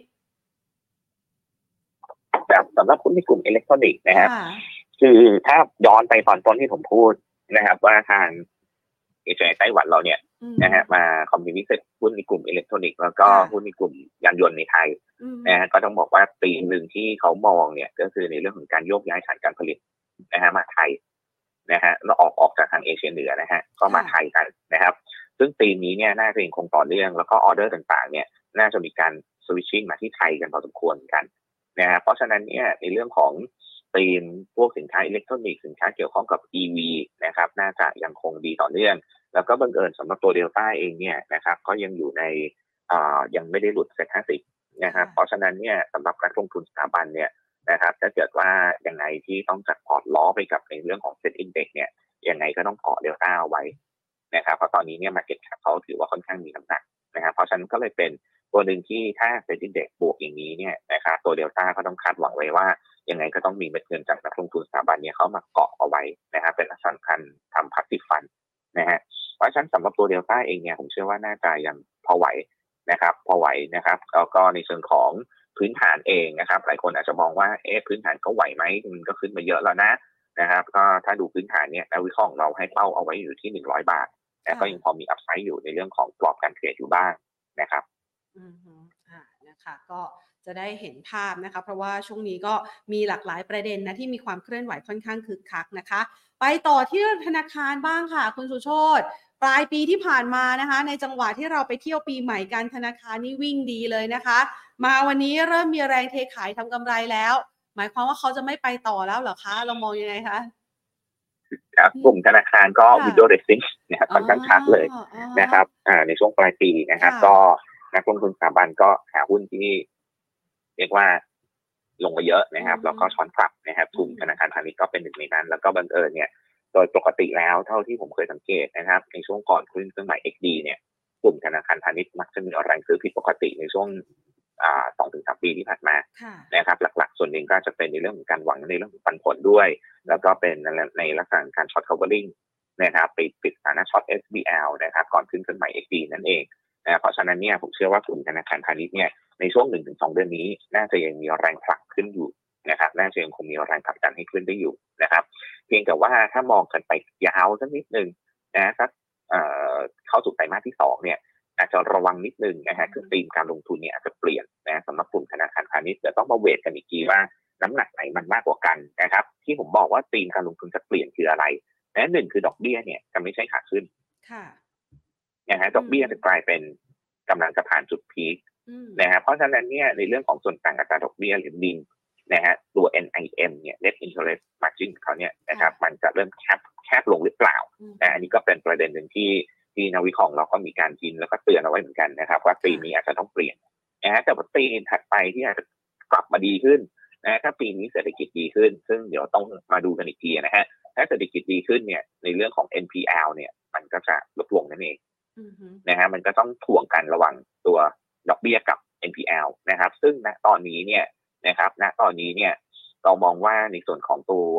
แบบสำหรับหุ้นในกลุ่มอิเล็กทรอนิกส์นะครับคือถ้าย้อนไปตอนต้นที่ผมพูดนะครับว่าทางเอเชียไต้หวันเราเนี่ยนะฮะมาคอมมิวนิสต์หุ้นในกลุ่มอิเล็กทรอนิกส์แล้วก็หุ้นในกลุ่มยานยนต์ในไทยนะฮะก็ต้องบอกว่าปีหนึ่งที่เขามองเนี่ยก็คือในเรื่องของการโยกย้ายฐานการผลิตนะฮะมาไทยนะฮะแล้วออกออกจากทางเอเชียเหนือนะฮะก็มาไทยกันนะครับซึ่งปีนี้เนี่ยน่าจะยังคงต่อเนื่องแล้วก็ออเดอร์ต่างๆเนี่ยน่าจะมีการสวิตชิ่งมาที่ไทยกันพอสมควรกันนะฮะเพราะฉะนั้นเนี่ยในเรื่องของธีมพวกสินค้าอิเล็กทรอนิกส์สินค้าเกี่ยวข้องกับ อี วี นะครับน่าจะยังคงดีต่อเนื่องแล้วก็บังเอิญสำหรับตัวเดลต้าเองเนี่ยนะครับก็ยังอยู่ในอ่ายังไม่ได้หลุดเซ็ตห้าสิบนะครับเพราะฉะนั้นเนี่ยสำหรับนักลงทุนสถาบันเนี่ยนะครับถ้าเกิดว่ายังไงที่ต้องจัดพอร์ตล้อไปกับในเรื่องของเซ็ตอินเด็กซ์เนี่ยยังไงก็ต้องเกาะเดลต้าเอาไว้นะครับเพราะตอนนี้เนี่ย market cap เขาถือว่าค่อนข้างมีน้ำหนักนะครับเพราะฉะนั้นก็เลยเป็นตัวหนึ่งที่ถ้าเซ็ตอินเด็กซ์บวกอย่างนี้เนี่ยนะครับตัวเดลต้าก็ต้องคาดหวังไว้ว่ายังไงก็ต้องมีเม็ดเงินจากนักลงทุนสถาบันเนี่ยเขามาเกาะเอาไว้นะครับเป็นสำคัญทำ passive fund นะฮะเพราะฉะนั้นสำหรับตัวเดลต้าเองเนี่ยผมเชื่อว่าน่าจะยังพอไหวนะครับพอไหวนะครับแล้วก็ในเชิงของพื้นฐานเองนะครับหลายคนอาจจะมองว่าเอ๊ะพื้นฐานเขาไหวไหมมันก็ขึ้นมาเยอะแล้วนะนะครับก็ถ้าดูพื้นฐานเนี่ยนักวิเคราะห์ของเราให้เป้าเอาไว้อยู่ที่หนึ่งร้อยบาทแต่ก็ยังพอมีอัพไซด์อยู่ในเรื่องของกรอบการเทรดอยู่บ้างนะครับอือฮึอ่านะคะก็จะได้เห็นภาพนะคะเพราะว่าช่วงนี้ก็มีหลากหลายประเด็นนะที่มีความเคลื่อนไหวค่อนข้างคึกคักนะคะไปต่อที่ธนาคารบ้างค่ะคุณสุโชติปลายปีที่ผ่านมานะคะในจังหวะที่เราไปเที่ยวปีใหม่กันธนาคารนี่วิ่งดีเลยนะคะมาวันนี้เริ่มมีแรงเทขายทำกำไรแล้วหมายความว่าเขาจะไม่ไปต่อแล้วเหรอคะเรามองยังไงคะครับกลุ่มธนาคารก็ window dressing นะครับค่อนข้างชัดเลยนะครับในช่วงปลายปีนะครับก็นักลงทุนสถาบันก็หาหุ้นที่เรียกว่าลงมาเยอะนะครับแล้วก็ช้อนกลับนะครับกลุ่มธนาคารพาณิชย์ก็เป็นหนึ่งในนั้นแล้วก็บังเอิญเนี่ยโดยปกติแล้วเท่าที่ผมเคยสังเกตนะครับในช่วงก่อนขึ้นเครื่องหมาย เอ็กซ์ ดี เนี่ยกลุ่มธนาคารพาณิชย์มักจะมีแรงซื้อผิดปกติในช่วงอ่า สองถึงสาม ปีที่ผ่านมานะครับหลักๆส่วนหนึ่งก็จะเป็นในเรื่องของการหวังในเรื่องของปันผลด้วยแล้วก็เป็นในลักษณะการช็อต covering นะครับปิดปิดสถานะช็อต เอส บี แอล นะครับก่อนขึ้นเครื่องหมาย เอ็กซ์ ดี นั่นเองนะเพราะฉะนั้นเนี่ยผมเชื่อว่ากลุ่มธนาคารพาณิชย์เนี่ยในช่วง หนึ่งถึงสอง เดือนนี้น่าจะยังมีแรงผลักขึ้นอยู่นะครับน่าจะยังคงมีแรงผลักดันให้ขึ้นได้อยู่นะครับเพียงแต่ว่าถ้ามองกันไปยาวสักนิดนึงนะสักเอ่อเข้าสู่ไตรมาสที่สองเนี่ยอาจจะระวังนิดนึงนะฮะคือธีมการลงทุนเนี่ยอาจจะเปลี่ยนนะสำหรับกลุ่มธนาคารพาณิชย์เดี๋ยวต้องมาเวทกันอีกทีว่าน้ำหนักไหนมันมากกว่ากันนะครับที่ผมบอกว่าธีมการลงทุนจะเปลี่ยนคืออะไรนะหนึ่งคือดอกเบี้ยเนี่ยจะไม่ใช่ขาขึ้นนะฮะดอกเบี้ยจะกลายเป็นกำลังจะผ่านจุดพีคนะฮะเพราะฉะนั้นเนี่ยในเรื่องของส่วนต่างอัตราดอกเบี้ยหรือดินนะฮะตัว เอ็น ไอ เอ็ม เนี่ย Net Interest Margin เขาเนี่ยนะครับมันจะเริ่มแคบแคบลงหรือเปล่านะอันนี้ก็เป็นประเด็นหนึ่งที่ที่นักวิเคราะห์เราก็มีการยินแล้วก็เตือนเอาไว้เหมือนกันนะครับว่าปีนี้อาจจะต้องเปลี่ยนนะฮะแต่ว่าปีถัดไปที่อาจจะกลับมาดีขึ้นนะถ้าปีนี้เศรษฐกิจดีขึ้นซึ่งเดี๋ยวต้องมาดูกันอีกทีนะฮะถ้าเศรษฐกิจดีขึ้นเนี่ยในเรื่องของ เอ็น พี แอล เนี่ยมันก็จะลดลงนั่นเองนะฮะมันก็ต้องถ่วงกันระหว่างตัวดอกเบี้ยกับ เอ็น พี แอล นะครับซึ่งณตอนนี้เนี่ยนะครับณตอนนี้เนี่ยเรามองว่าในส่วนของตัว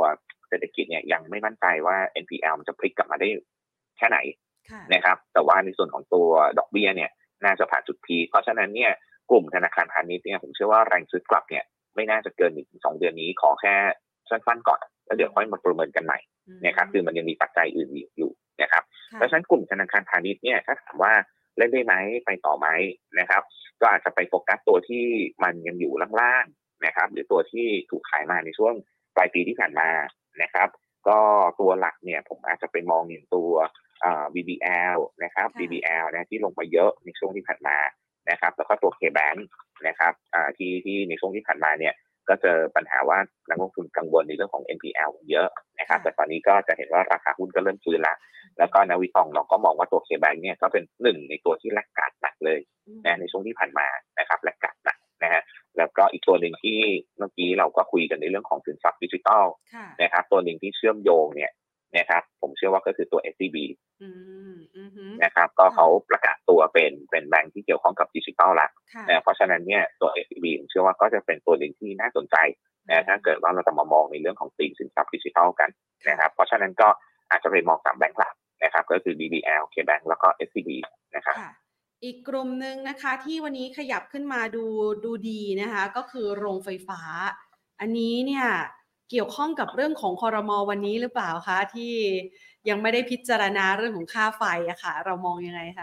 เศรษฐกิจเนี่ยยังไม่มั่นใจว่า เอ็น พี แอล มันจะพลิกกลับมาได้แค่ไหนค่ะนะครับแต่ว่าในส่วนของตัวดอกเบี้ยเนี่ยน่าจะผ่านจุดพีคเพราะฉะนั้นเนี่ยกลุ่มธนาคารพาณิชย์เนี่ยผมเชื่อว่าแรงซื้อกลับเนี่ยไม่น่าจะเกิน หนึ่งถึงสอง เดือนนี้ขอแค่สั้นๆก่อนแล้วเดี๋ยวค่อยมาประเมินกันใหม่นะครับคือมันยังมีปัจจัยอื่นอยู่นะครับเพราะฉะนั้นกลุ่มธนาคารพาณิชย์เนี่ยถ้าถามว่าเล่นได้ไหมไปต่อไหมนะครับก็อาจจะไปโฟกัสตัวที่มันยังอยู่ล่างๆนะครับหรือตัวที่ถูกขายมาในช่วงปลายปีที่ผ่านมานะครับก็ตัวหลักเนี่ยผมอาจจะไปมองอย่างตัววี บี แอล นะครับ วี บี แอล นะที่ลงมาเยอะในช่วงที่ผ่านมานะครับแล้วก็ตัว K-Bank นะครับที่ที่ในช่วงที่ผ่านมาเนี่ยก็เจอปัญหาว่านักลงทุนกังวลในเรื่องของ เอ็น พี แอล เยอะนะครับแต่ตอนนี้ก็จะเห็นว่าราคาหุ้นก็เริ่มฟื้นแล้วแล้วก็นักวิเคราะห์เราก็มองว่าตัว K-Bank เนี่ยก็เป็นหนึ่งในตัวที่แลกขาดหนักเลยนะในช่วงที่ผ่านมานะครับแลกขาดหนักนะฮะแล้วก็อีกตัวหนึ่งที่เมื่อกี้เราก็คุยกันในเรื่องของสินทรัพย์ดิจิทัลนะครับตัวหนึ่งที่เชื่อมโยงเนี่ยนะครับผมเชื่อว่าก็คือตัว เอส ซี บี นะครับก็เขาประกาศตัวเป็นเป็นแบงค์ที่เกี่ยวข้องกับดิจิทัลละนะเพราะฉะนั้นเนี่ยตัว เอส ซี บี ผมเชื่อว่าก็จะเป็นตัวหนึ่งที่น่าสนใจนะถ้าเกิดว่าเราจะมามองในเรื่องของธีมสินทรัพย์ดิจิทัลกันนะครับเพราะฉะนั้นก็อาจจะไปมองสามแบงค์หลักนะครับก็คือ บี บี แอล K-Bank แล้วก็ เอส ซี บี นะครับอีกกลุ่มหนึ่งนะคะที่วันนี้ขยับขึ้นมาดูดูดีนะคะก็คือโรงไฟฟ้าอันนี้เนี่ยเกี่ยวข้องกับเรื่องของครม.วันนี้หรือเปล่าคะที่ยังไม่ได้พิจารณาเรื่องของค่าไฟอะค่ะเรามองยังไงคะ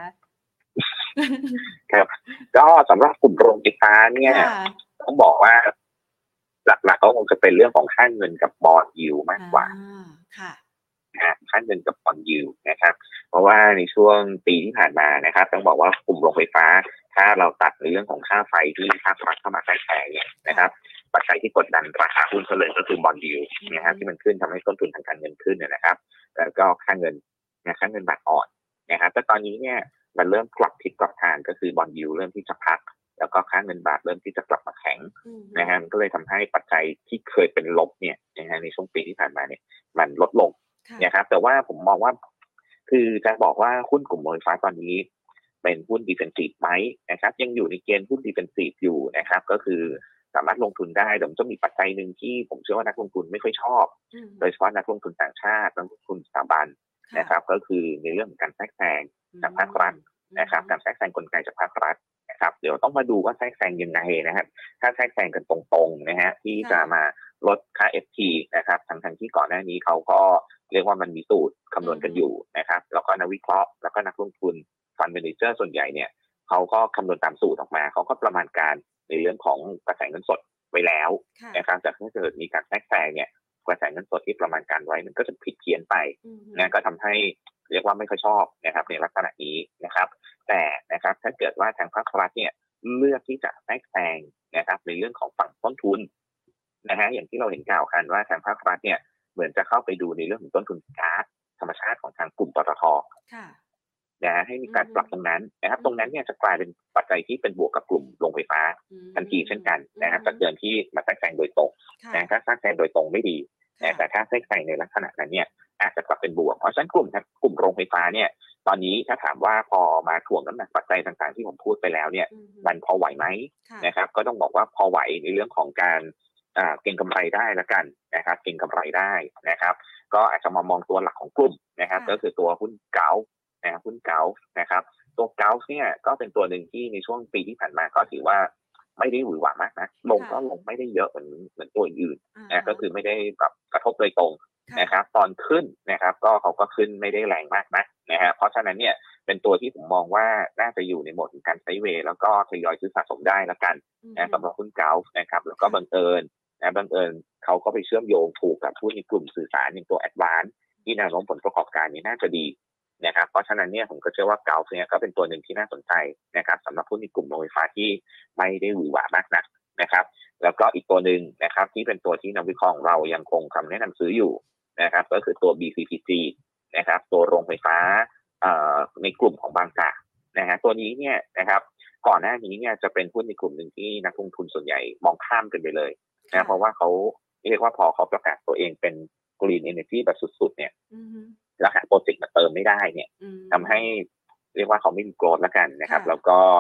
ครับก็สำหรับกลุ่มโรงไฟฟ้าเนี่ยต้องบอกว่าหลักๆก็คงจะเป็นเรื่องของค่าเงินกับบอนด์ยิลด์มากกว่าค่ะนะค่าเงินกับบอนด์ยิลด์นะครับเพราะว่าในช่วงปีที่ผ่านมานะครับต้องบอกว่ากลุ่มโรงไฟฟ้าถ้าเราตัดในเรื่องของค่าไฟที่ภาครัฐเข้ามาแทรกแซงเนี่ยนะครับปัจจัยที่กดดันราคาหุ้นเขาเลยก็คือบอนด์ยิลด์นะครับที่มันขึ้นทำให้ต้นทุนทางการเงินขึ้นนะครับแล้วก็ค่าเงินนะค่าเงินบาทอ่อนนะครับแต่ตอนนี้เนี่ยมันเริ่มกลับทิศกลับทางก็คือบอนด์ยิลด์เริ่มที่จะพักแล้วก็ค่าเงินบาทเริ่มที่จะกลับมาแข็งนะฮะมันก็เลยทำให้ปัจจัยที่เคยเป็นลบเนี่ยนะฮะในช่วงปีที่ผ่านมาเนี่ยมันลดลงนะครับแต่ว่าผมมองว่าคือจะบอกว่าหุ้นกลุ่มโรงไฟฟ้าตอนนี้เป็นหุ้นดิเฟนซีฟไหมนะครับยังอยู่ในเกณฑ์หุ้นดิเฟนซีฟอยู่นะครับก็คือสามารถลงทุนได้แต่มันจะมีปัจจัยหนึ่งที่ผมเชื่อว่านักลงทุนไม่ค่อยชอบโดยเฉพาะนักลงทุนต่างชาตินักลงทุนสถาบันนะครับก็คือในเรื่องของการแทรกแซงจากภาครัฐนะครับการแทรกแซงกลไกจากภาครัฐนะครับเดี๋ยวต้องมาดูว่าแทรกแซงยังไงนะครับถ้าแทรกแซงกันตรงๆนะฮะที่จะมาลดค่า เอฟ ที นะครับทั้งๆที่ก่อนหน้านี้เขาก็เรียกว่ามันมีสูตรคำนวณกันอยู่นะครับแล้วก็นักวิเคราะห์แล้วก็นักลงทุนฟันด์แมเนเจอร์ส่วนใหญ่เนี่ยเขาก็คำนวณตามสูตรออกมาเขาก็ประมาณการในเรื่องของกระแสเงินสดไว้แล้วนะครับแต่ถ้าเกิดมีการแทรกแซงเนี่ยกระแสเงินสดที่ประมาณการไว้มันก็จะผิดเพี้ยนไปนะก็ทำให้เรียกว่าไม่ค่อยชอบนะครับในลักษณะนี้นะครับแต่นะครับถ้าเกิดว่าทางภาครัฐเนี่ยเลือกที่จะแทรกแซงนะครับในเรื่องของฝั่งต้นทุนนะฮะอย่างที่เราเห็นกล่าวกันว่าทางภาครัฐเนี่ยเหมือนจะเข้าไปดูในเรื่องของต้นทุนก๊าซธรรมชาติของทางกลุ่มปตท.นะให้มีการปรับตรงนั้นนะครับตรงนั้นเนี่ยจะกลายเป็นปัจจัยที่เป็นบวกกับกลุ่มโรงไฟฟ้าทันทีเช่นกันนะครับจากเดิมที่มาแทรกแซงโดยตรงนะถ้าแทรกแซงโดยตรงไม่ดีแต่ถ้าแทรกแซงในลักษณะนั้นเนี่ยอาจจะกลับเป็นบวกเพราะฉะนั้นกลุ่มกลุ่มโรงไฟฟ้าเนี่ยตอนนี้ถ้าถามว่าพอมาถ่วงน้ำหนักปัจจัยต่างๆที่ผมพูดไปแล้วเนี่ยมันพอไหวไหมนะครับก็ต้องบอกว่าพอไหวในเรื่องของการเก็งกำไรได้ละกันนะครับเก็งกำไรได้นะครับก็อาจจะมามองตัวหลักของกลุ่มนะครับก็คือตัวหุ้นเก๋านะหุ้นเก๋านะครับตัวเก๋าเนี่ยก็เป็นตัวหนึ่งที่ในช่วงปีที่ผ่านมาก็ถือว่าไม่ได้หวือหวามากนะลงก็ลงไม่ได้เยอะเหมือนเหมือนตัวอื่นนะก็คือไม่ได้แบบกระทบโดยตรงนะครับตอนขึ้นนะครับก็เขาก็ขึ้นไม่ได้แรงมากนะนะฮะเพราะฉะนั้นเนี่ยเป็นตัวที่ผมมองว่าน่าจะอยู่ในโหมดของการไซด์เวย์แล้วก็ทยอยซื้อสะสมได้ละกันนะสำหรับหุ้นเก๋านะครับแล้วก็บังเอิญนะบังเอิญเขาก็ไปเชื่อมโยงถูกกับหุ้นในกลุ่มสื่อสารอย่างตัวแอดวานซ์ที่แนวโน้มผลประกอบการนี้น่าจะดีนะครับเพราะฉะนั้นเนี่ยผมก็เชื่อว่าเก๋าเนี่ยก็เป็นตัวหนึ่งที่น่าสนใจนะครับสำหรับหุ้นในกลุ่มโรงไฟฟ้าที่ไม่ได้หวือหวามากนักนะครับแล้วก็อีกตัวหนึ่งนะครับที่เป็นตัวที่นักวิเคราะห์ของเรายังคงคำแนะนำซื้ออยู่นะครับก็คือตัว บี ซี พี จี นะครับตัวโรงไฟฟ้าในกลุ่มของบางจากนะฮะตัวนี้เนี่ยนะครับก่อนหน้านี้เนี่ยจะเป็นหุ้นในกลุ่มหนึ่งที่นักลงทุนส่วนใหญ่มองข้ามกันไปเลยนะเพราะว่าเขาเรียกว่าพอเขาประกาศตัวเองเป็น Green Energy แบบสุดๆเนี่ยแล้วหาโปรเจกต์มาเติมไม่ได้เนี่ยทำให้เรียกว่าเขาไม่มีโกรธแล้วกันนะครับแล้วก็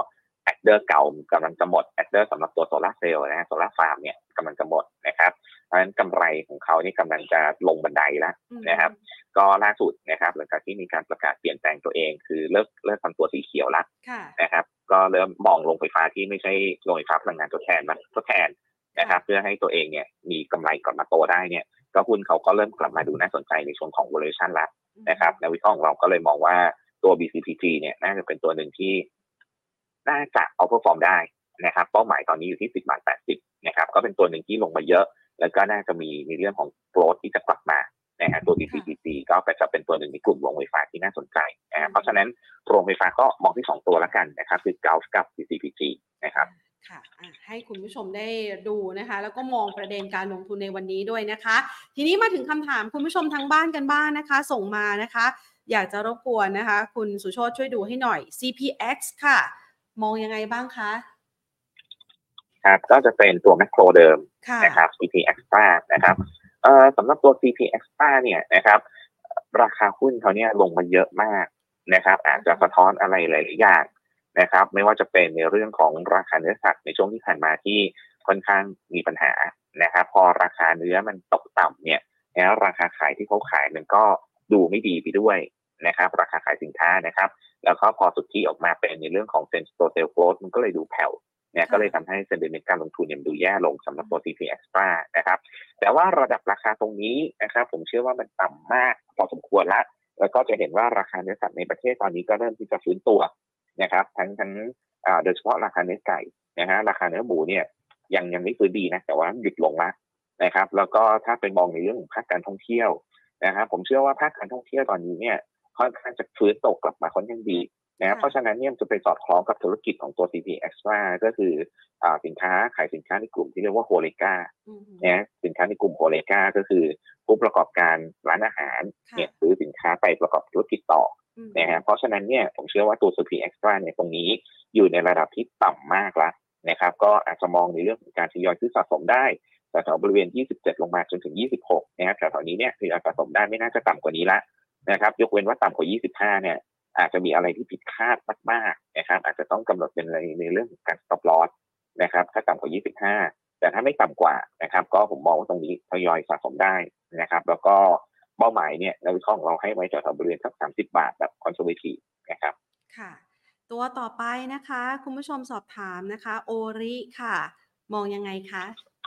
แอดเดอร์เก่ากำลังจะหมดแอดเดอร์สำหรับตัวโซลาร์เซลล์นะโซลาร์ฟาร์มเนี่ยกำลังจะหมดนะครับเพราะฉะนั้นกำไรของเขานี่กำลังจะลงบันไดแล้วนะครับก็ล่าสุดนะครับหลังจากที่มีการประกาศเปลี่ยนแปลงตัวเองคือเลิกเลิกทำตัวสีเขียวแล้วนะครับก็เริ่มมองโรงไฟฟ้าที่ไม่ใช่โรงไฟฟ้าพลังงานทดแทนมาทดแทนนะครับเพื่อให้ตัวเองเนี่ยมีกำไรก่อนมาโตได้เนี่ยก็หุ้นเขาก็เริ่มกลับมาดูน่าสนใจในช่วงของ valuation แล้วนะครับในวิเคราะห์ของเราก็เลยมองว่าตัว บี ซี พี จี เนี่ยน่าจะเป็นตัวหนึ่งที่น่าจะ outperform ได้นะครับเป้าหมายตอนนี้อยู่ที่สิบบาทแปดสิบนะครับก็เป็นตัวหนึ่งที่ลงมาเยอะแล้วก็น่าจะมีในเรื่องของ growth ที่จะกลับมานะฮะตัว บี ซี พี จี ก็จะเป็นตัวหนึ่งในกลุ่มโรงไฟฟ้าที่น่าสนใจนะเพราะฉะนั้นโรงไฟฟ้าก็มองที่สองตัวแล้วกันนะครับคือ Gulf กับ บี ซี พี จี นะครับค่ะให้คุณผู้ชมได้ดูนะคะแล้วก็มองประเด็นการลงทุนในวันนี้ด้วยนะคะทีนี้มาถึงคำถามคุณผู้ชมทางบ้านกันบ้างนะคะส่งมานะคะอยากจะรบกวนนะคะคุณสุโชติช่วยดูให้หน่อย ซี พี เอ็กซ์ ค่ะมองยังไงบ้างคะครับก็จะเป็นตัวแมคโครเดิมนะครับ ซี พี Extra นะครับเอ่อสำหรับตัว ซี พี Extra เนี่ยนะครับราคาหุ้นเขาเนี่ยลงมาเยอะมากนะครับอาจจะสะท้อนอะไรหลายๆอย่างนะครับไม่ว่าจะเป็นในเรื่องของราคาเนื้อสัตว์ในช่วงที่ผ่านมาที่ค่อนข้างมีปัญหานะครับพอราคาเนื้อมันตกต่ำเนี่ยแล้วราคาขายที่เขาขายมันก็ดูไม่ดีไปด้วยนะครับราคาขายสินค้านะครับแล้วก็พอสุทธิออกมาเป็นในเรื่องของ Same Store Sales Growth มันก็เลยดูแผ่วเนี่ยก็เลยทำให้ sentiment การลงทุนเนี่ยดูแย่ลงสำหรับตัว ซี พี Extra นะครับแต่ว่าระดับราคาตรงนี้นะครับผมเชื่อว่ามันต่ำมากพอสมควรแล้วแล้วก็จะเห็นว่าราคาเนื้อสัตว์ในประเทศตอนนี้ก็เริ่มที่จะฟื้นตัวนะครับทั้งทั้งโดยเฉพาะราคาเนื้อไก่นะฮะราคาเนื้อหมูเนี่ยยังยังไม่ฟื้นดีนะแต่ว่าหยุดลงแล้วนะครับแล้วก็ถ้าไปมองในเรื่องของภาคการท่องเที่ยวนะครับผมเชื่อว่าภาคการท่องเที่ยวตอนนี้เนี่ยค่อนข้างจะฟื้นตัวกลับมาค่อนข้างดีนะเพราะฉะนั้นเนี่ยจะไปสอดคล้องกับธุรกิจของตัว ซี พี Extra ก็คืออ่าสินค้าขายสินค้าในกลุ่มที่เรียกว่าโฮเลกานะสินค้าในกลุ่มโฮเลกาก็คือผู้ประกอบการร้านอาหารเนี่ยซื้อสินค้าไปประกอบธุรกิจต่อนะฮะเพราะฉะนั้นเนี่ยผมเชื่อว่าตัว ซี พี Extra เนี่ยตรงนี้อยู่ในระดับที่ต่ำมากแล้วนะครับก็อาจจะมองในเรื่องของการทยอยซื้อสะสมได้แถวๆบริเวณยี่สิบเจ็ดลงมาจนถึงยี่สิบหกนะครับแถวๆนี้เนี่ยทยอยสะสมได้ไม่น่าจะต่ำกว่านี้ละนะครับยกเว้นว่าต่ำกว่ายี่สิบห้าเนี่ยอาจจะมีอะไรที่ผิดคาดมากๆนะครับอาจจะต้องกำหนดเป็นในในเรื่องของการ stop loss นะครับถ้าต่ำกว่ายี่สิบห้าแต่ถ้าไม่ต่ำกว่านะครับก็ผมมองว่าตรงนี้ทยอยสะสมได้นะครับแล้วก็เป้าหมายเนี่ยในวิเคราะห์ของเราให้ไว้แถวๆบริเวณสักสามสิบบาทแบบ conservative นะครับค่ะตัวต่อไปนะคะคุณผู้ชมสอบถามนะคะโอริค่ะมองยังไงคะ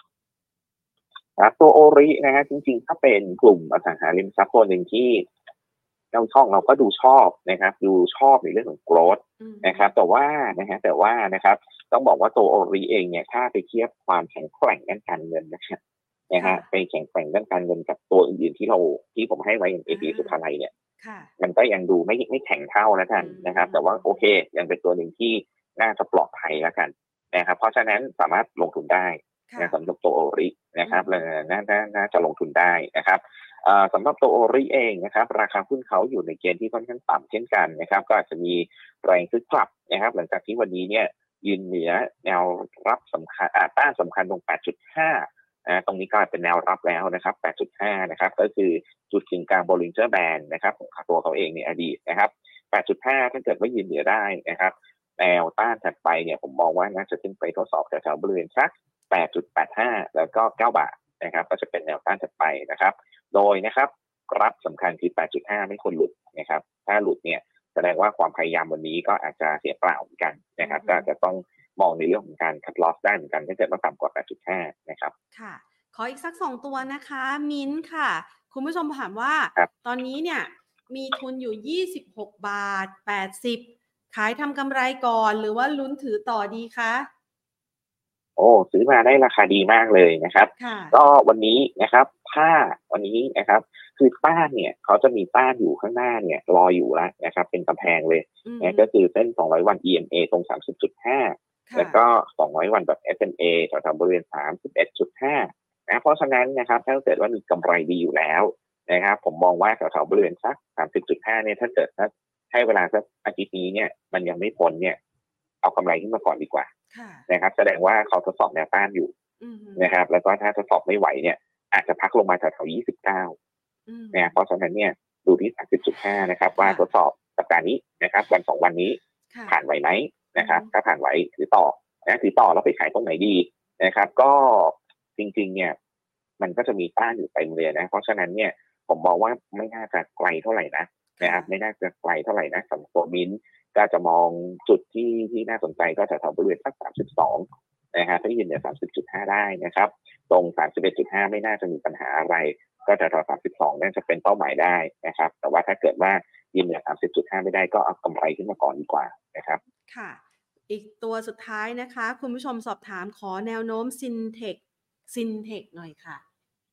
ตัวโอรินะฮะจริงๆถ้าเป็นกลุ่มอสังหาริมทรัพย์ตัวหนึ่งที่เราช่องเราก็ดูชอบนะครับดูชอบในเรื่องของ growth นะครับแต่ว่านะฮะแต่ว่านะครับต้องบอกว่าตัวโอริเองเนี่ยถ้าไปเทียบความแข็งแกร่งด้านการเงินนะครับนะฮะไปแข็งแกร่งด้านการเงินกับตัวอื่นๆที่เราที่ผมให้ไว้อย่าง เอ พี สุภาลัยเนี่ยมันก็ยังดูไม่ไม่แข็งเท่าแล้วกันนะครับแต่ว่าโอเคยังเป็นตัวหนึ่งที่น่าจะปลอดภัยแล้วกันนะครับเพราะฉะนั้นสามารถลงทุนได้นะสำหรับตัวโอรินะครับและน่าน่าจะลงทุนได้นะครับสำหรับตัวโอริเองนะครับราคาหุ้นเขาอยู่ในเกณฑ์ที่ค่อนข้างต่ำเช่นกันนะครับก็อาจจะมีแรงซื้อกลับนะครับหลังจากที่วันนี้เนี่ยยืนเหนือแนวรับสำคัญอ่าต้านสำคัญตรง แปดจุดห้า นะตรงนี้ก็เป็นแนวรับแล้วนะครับ แปดจุดห้า นะครับก็คือจุดกึ่งกลาง Bollinger Band นะครับของตัวเขาเองในอดีตนะครับ แปดจุดห้า ถ้าเกิดว่ายืนเหนือได้นะครับแนวต้านถัดไปเนี่ยผมมองว่าน่าจะขึ้นไปทดสอบแถวๆบริเวณสัก แปดจุดแปดห้า แล้วก็เก้าบาทนะครับก็จะเป็นแนวต้านถัดไปนะครับโดยนะครับรับสำคัญคือ แปดจุดห้า ไม่ควรหลุดนะครับถ้าหลุดเนี่ยแสดงว่าความพยายามวันนี้ก็อาจจะเสียเปล่าเหมือนกันนะครับก็อาจจะต้องมองในเรื่องของการคัดลอสได้เหมือนกันถ้าเกิดว่าต่ำกว่า แปดจุดห้า นะครับค่ะขออีกสักสองตัวนะคะมิ้นค่ะคุณผู้ชมถามว่าตอนนี้เนี่ยมีทุนอยู่ยี่สิบหกบาทแปดสิบขายทำกำไรก่อนหรือว่าลุ้นถือต่อดีคะโอ้ซื้อมาได้ราคาดีมากเลยนะครับก็วันนี้นะครับถ้าวันนี้นะครับคือต้านเนี่ยเขาจะมีต้านอยู่ข้างหน้าเนี่ยรออยู่แล้วนะครับเป็นกำแพงเลยนะก็คือเส้นสองร้อยวัน อี เอ็ม เอ ตรง สามสิบจุดห้า แล้วก็สองร้อยวันแบบ เอส เอ็ม เอ แถวๆบริเวณ สามสิบเอ็ดจุดห้า นะเพราะฉะนั้นนะครับถ้าเกิดว่ามีกำไรดีอยู่แล้วนะครับผมมองว่าแถวๆบริเวณสัก สามสิบจุดห้า เนี่ยถ้าเกิดให้เวลาสักอาทิตย์นี้เนี่ยมันยังไม่พ้นเนี่ยเอากำไรขึ้นมาก่อนดีกว่านะครับแสดงว่าเขาทดสอบแนวต้านอยู่นะครับแล้วก็ถ้าทดสอบไม่ไหวเนี่ยอาจจะพักลงมาแถวๆยี่สิบเก้านะเพราะฉะนั้นเนี่ยดูที่ สามสิบจุดห้า นะครับว่าทดสอบสัปดาห์นี้นะครับวันสองวันนี้ผ่านไหวไหมนะครับถ้าผ่านไหวถือต่อนะถือต่อแล้วไปขายตรงไหนดีนะครับก็จริงๆเนี่ยมันก็จะมีต้านอยู่เต็มเลยนะเพราะฉะนั้นเนี่ยผมมองว่าไม่น่าจะไกลเท่าไหร่นะนะครับไม่น่าจะไกลเท่าไหร่นะสำหรับตัวมิ้นก็จะมองจุดที่ที่น่าสนใจก็จะแถวบริเวณสักสามสิบสองนะฮะถ้ายืนเหนือ สามสิบจุดห้า ได้นะครับตรง สามสิบเอ็ดจุดห้า ไม่น่าจะมีปัญหาอะไรก็จะแถวสามสิบสองน่าจะเป็นเป้าหมายได้นะครับแต่ว่าถ้าเกิดว่ายืนเหนือ สามสิบจุดห้า ไม่ได้ก็เอากำไรขึ้นมาก่อนดีกว่านะครับค่ะอีกตัวสุดท้ายนะคะคุณผู้ชมสอบถามขอแนวโน้มซินเทคซินเทคหน่อยค่ะ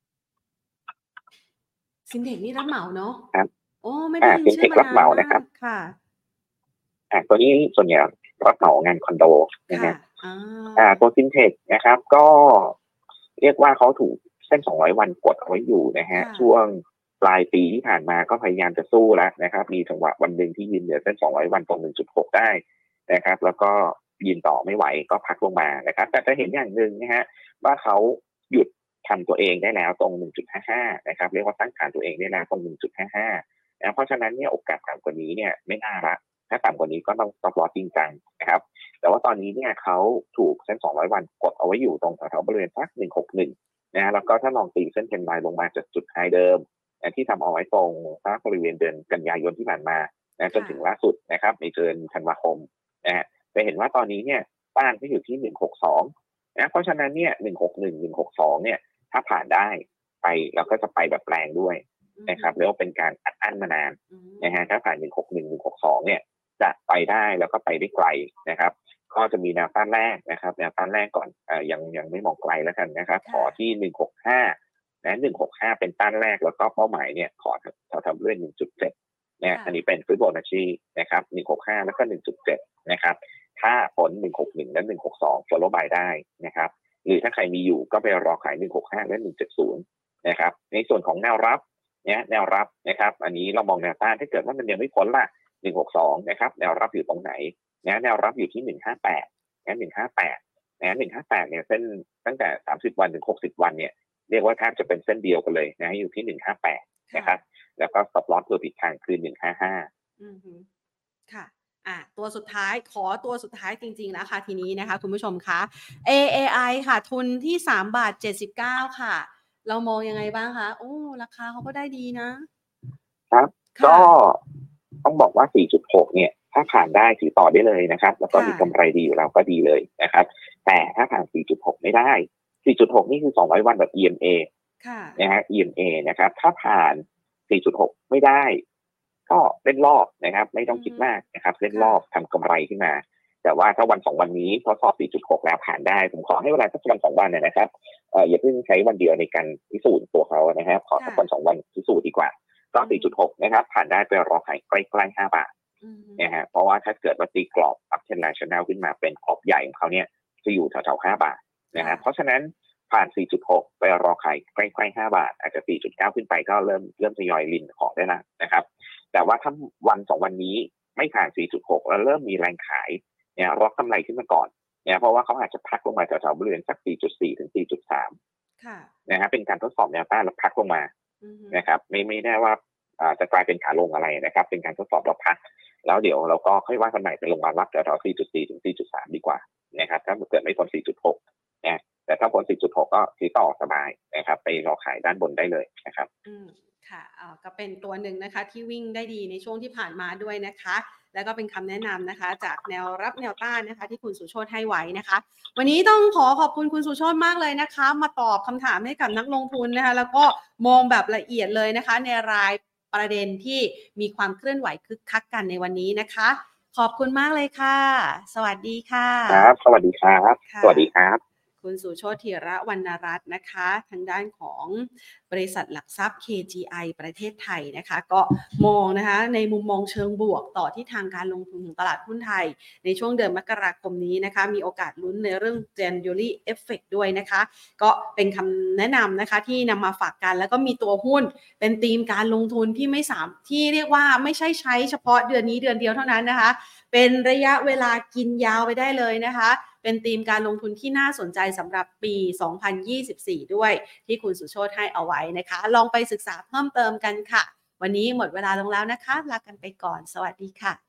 ซินเทคนี่รับเหมาเนาะครับโอ้ไม่ได้ยินชื่อมานานมากค่ะอ่าตัวนี้ส่วนใหญ่รับเหมางานคอนโดนะฮะอ่าตัวซินเทคนะครับก็เรียกว่าเขาถูกเส้นสองร้อยวันกดเอาไว้อยู่นะฮะช่วงปลายปีที่ผ่านมาก็พยายามจะสู้แล้วนะครับมีจังหวะวันหนึ่งที่ยืนเหนือเส้นสองร้อยวันตรง หนึ่งจุดหก ได้นะครับแล้วก็ยืนต่อไม่ไหวก็พักลงมานะครับแต่จะเห็นอย่างหนึ่งนะฮะว่าเขาหยุดทำตัวเองได้แล้วตรง หนึ่งจุดห้าห้า นะครับเรียกว่าตั้งฐานตัวเองได้แล้วตรง หนึ่งจุดห้าห้า นะเพราะฉะนั้นเนี่ยโอกาสต่ำกว่านี้เนี่ยไม่น่าละถ้าต่ำกว่านี้ก็ต้อง stop loss จริงจังนะครับแต่ว่าตอนนี้เนี่ยเขาถูกเส้นสองร้อยวันกดเอาไว้อยู่ตรงแถวๆบริเวณสักหนึ่งร้อยหกสิบเอ็ดนะแล้วก็ถ้าลองตีเส้นเทรนไลน์ลงมาจากจุดไฮเดิมที่ทำเอาไว้ตรงสักบริเวณเดือนกันยายนที่ผ่านมานะจนถึงล่าสุดนะครับในเดือนธันวาคมนะฮะจะเห็นว่าตอนนี้เนี่ยต้านก็อยู่ที่หนึ่งร้อยหกสิบสองนะเพราะฉะนั้นเนี่ยหนึ่งร้อยหกสิบเอ็ด หนึ่งร้อยหกสิบสองเนี่ยถ้าผ่านได้ไปเราก็จะไปแบบแรงด้วยนะครับเรียกว่าเป็นการอัดอั้นมานานนะฮะถ้าผ่านหนึ่งร้อยหกสิบเอ็ด หนึ่งร้อยหกสิบสองเนี่ยจะไปได้แล้วก็ไปได้ไกลนะครับก็จะมีแนวต้านแรกนะครับแนวต้านแรกก่อนเอ่อยังยังไม่มองไกลแล้วกันนะครับขอที่หนึ่งร้อยหกสิบห้านะหนึ่งร้อยหกสิบห้าเป็นต้านแรกแล้วก็เป้าหมายเนี่ยขอแถวๆบริเวณ หนึ่งจุดเจ็ด นะอันนี้เป็นฟิโบนัชชีนะครับหนึ่งร้อยหกสิบห้าแล้วก็ หนึ่งจุดเจ็ด นะครับถ้าผลหนึ่งร้อยหกสิบเอ็ดและหนึ่งร้อยหกสิบสอง follow by ได้นะครับหรือถ้าใครมีอยู่ก็ไปรอขายหนึ่งร้อยหกสิบห้าและหนึ่งร้อยเจ็ดสิบนะครับในส่วนของแนวรับเนี่ยแนวรับนะครับอันนี้เรามองแนวต้านถ้าเกิดว่ามันยังไม่พ้นล่ะหนึ่งร้อยหกสิบสองนะครับแนวรับอยู่ตรงไหนนะแนวรับอยู่ที่หนึ่งร้อยห้าสิบแปดนะหนึ่งร้อยห้าสิบแปดนะหนึ่งร้อยห้าสิบแปดเนี่ยเส้นตั้งแต่สามสิบวันถึงหกสิบวันเนี่ยเรียกว่าแทบจะเป็นเส้นเดียวกันเลยนะอยู่ที่หนึ่งร้อยห้าสิบแปดนะครับแล้วก็ stop loss ตัวผิดทางคือหนึ่งร้อยห้าสิบห้าอือฮึค่ะอ่ะตัวสุดท้ายขอตัวสุดท้ายจริงๆแล้วค่ะทีนี้นะคะคุณผู้ชมคะ เอ เอ ไอ ค่ะทุนที่สามบาทเจ็ดสิบเก้าค่ะเรามองยังไงบ้างคะโอ้ราคาเขาก็ได้ดีนะครับก็ต้องบอกว่า สี่จุดหก เนี่ยถ้าผ่านได้ถือต่อได้เลยนะครับแล้วก็มีกำไรดีอยู่แล้วก็ดีเลยนะครับแต่ถ้าผ่าน สี่จุดหก ไม่ได้ สี่จุดหก นี่คือสองร้อยวันแบบ อี เอ็ม เอค่ะนะฮะ อี เอ็ม เอ นะครับถ้าผ่าน สี่จุดหก ไม่ได้ก็เล่นรอบนะครับไม่ต้องคิดมากนะครับเล่นรอบทำกำไรขึ้นมาแต่ว่าถ้าวันสองวันนี้ทดสอบ สี่จุดหก แล้วผ่านได้ผมขอให้เวลาสักวันสองวันเนี่ยนะครับเอ่ออย่าเพิ่งใช้วันเดียวในการพิสูจน์ตัวเขานะครับขอสักวันสองวันพิสูจน์ดีกว่าก็ สี่จุดหก นะครับผ่านได้ไปรอขายใกล้ๆห้าบาทนะฮะเพราะว่าถ้าเกิดว่าตีกรอบอัพเทรนไลน์ channel ขึ้นมาเป็นกรอบใหญ่ของเขาเนี่ยจะอยู่แถวๆห้าบาทนะฮะเพราะฉะนั้นผ่าน สี่จุดหก ไปรอขายใกล้ๆห้าบาทอาจจะ สี่จุดเก้า ขึ้นไปก็เริ่มเริ่มทยอยลินของได้แล้วนะครับแต่ว่าถ้าวันสองวันนี้ไม่ผ่าน สี่จุดหก แล้วเริ่มมีแรงขายเนี่ยรอกำไรขึ้นมาก่อนเนี่ยเพราะว่าเขาอาจจะพักลงมาแถวๆบริเวณสัก สี่จุดสี่ ถึง สี่จุดสามค่ะนะฮะเป็นการทดสอบแนวต้านแล้วพักลงมานะครับไม่ไม่แน่ว่าจะกลายเป็นขาลงอะไรนะครับเป็นการทดสอบแล้วพักแล้วเดี๋ยวเราก็ค่อยว่ากันใหม่เป็นลงมารับแถวๆ สี่จุดสี่ ถึง สี่จุดสาม ดีกว่านะครับถ้าเกิดไม่พ้น สี่จุดหก นะแต่ถ้าพ้น สี่จุดหก ก็ซื้อต่อสบายนะครับไปรอขายด้านบนได้เลยนะครับอืมค่ะอ่าก็เป็นตัวหนึ่งนะคะที่วิ่งได้ดีในช่วงที่ผ่านมาด้วยนะคะแล้วก็เป็นคำแนะนำนะคะจากแนวรับแนวต้านนะคะที่คุณสุโชติให้ไว้นะคะวันนี้ต้องขอขอบคุณคุณสุโชติมากเลยนะคะมาตอบคำถามให้กับนักลงทุนนะคะแล้วก็มองแบบละเอียดเลยนะคะในรายประเด็นที่มีความเคลื่อนไหวคึกคักกันในวันนี้นะคะขอบคุณมากเลยค่ะสวัสดีค่ะครับสวัสดีครับสวัสดีครับคุณสุโชติธีระวรรณรัตน์นะคะทางด้านของบริษัทหลักทรัพย์ เค จี ไอ ประเทศไทยนะคะก็มองนะคะในมุมมองเชิงบวกต่อที่ทางการลงทุนของตลาดหุ้นไทยในช่วงเดือนมกราคมนี้นะคะมีโอกาสลุ้นในเรื่อง January Effect ด้วยนะคะก็เป็นคำแนะนำนะคะที่นำมาฝากกันแล้วก็มีตัวหุ้นเป็นธีมการลงทุนที่ไม่สามที่เรียกว่าไม่ใช่ใช้เฉพาะเดือนนี้เดือนเดียวเท่านั้นนะคะเป็นระยะเวลากินยาวไปได้เลยนะคะเป็นธีมการลงทุนที่น่าสนใจสำหรับปีสองพันยี่สิบสี่ด้วยที่คุณสุโชติให้เอาไว้นะคะลองไปศึกษาเพิ่มเติมกันค่ะวันนี้หมดเวลาลงแล้วนะคะลากันไปก่อนสวัสดีค่ะ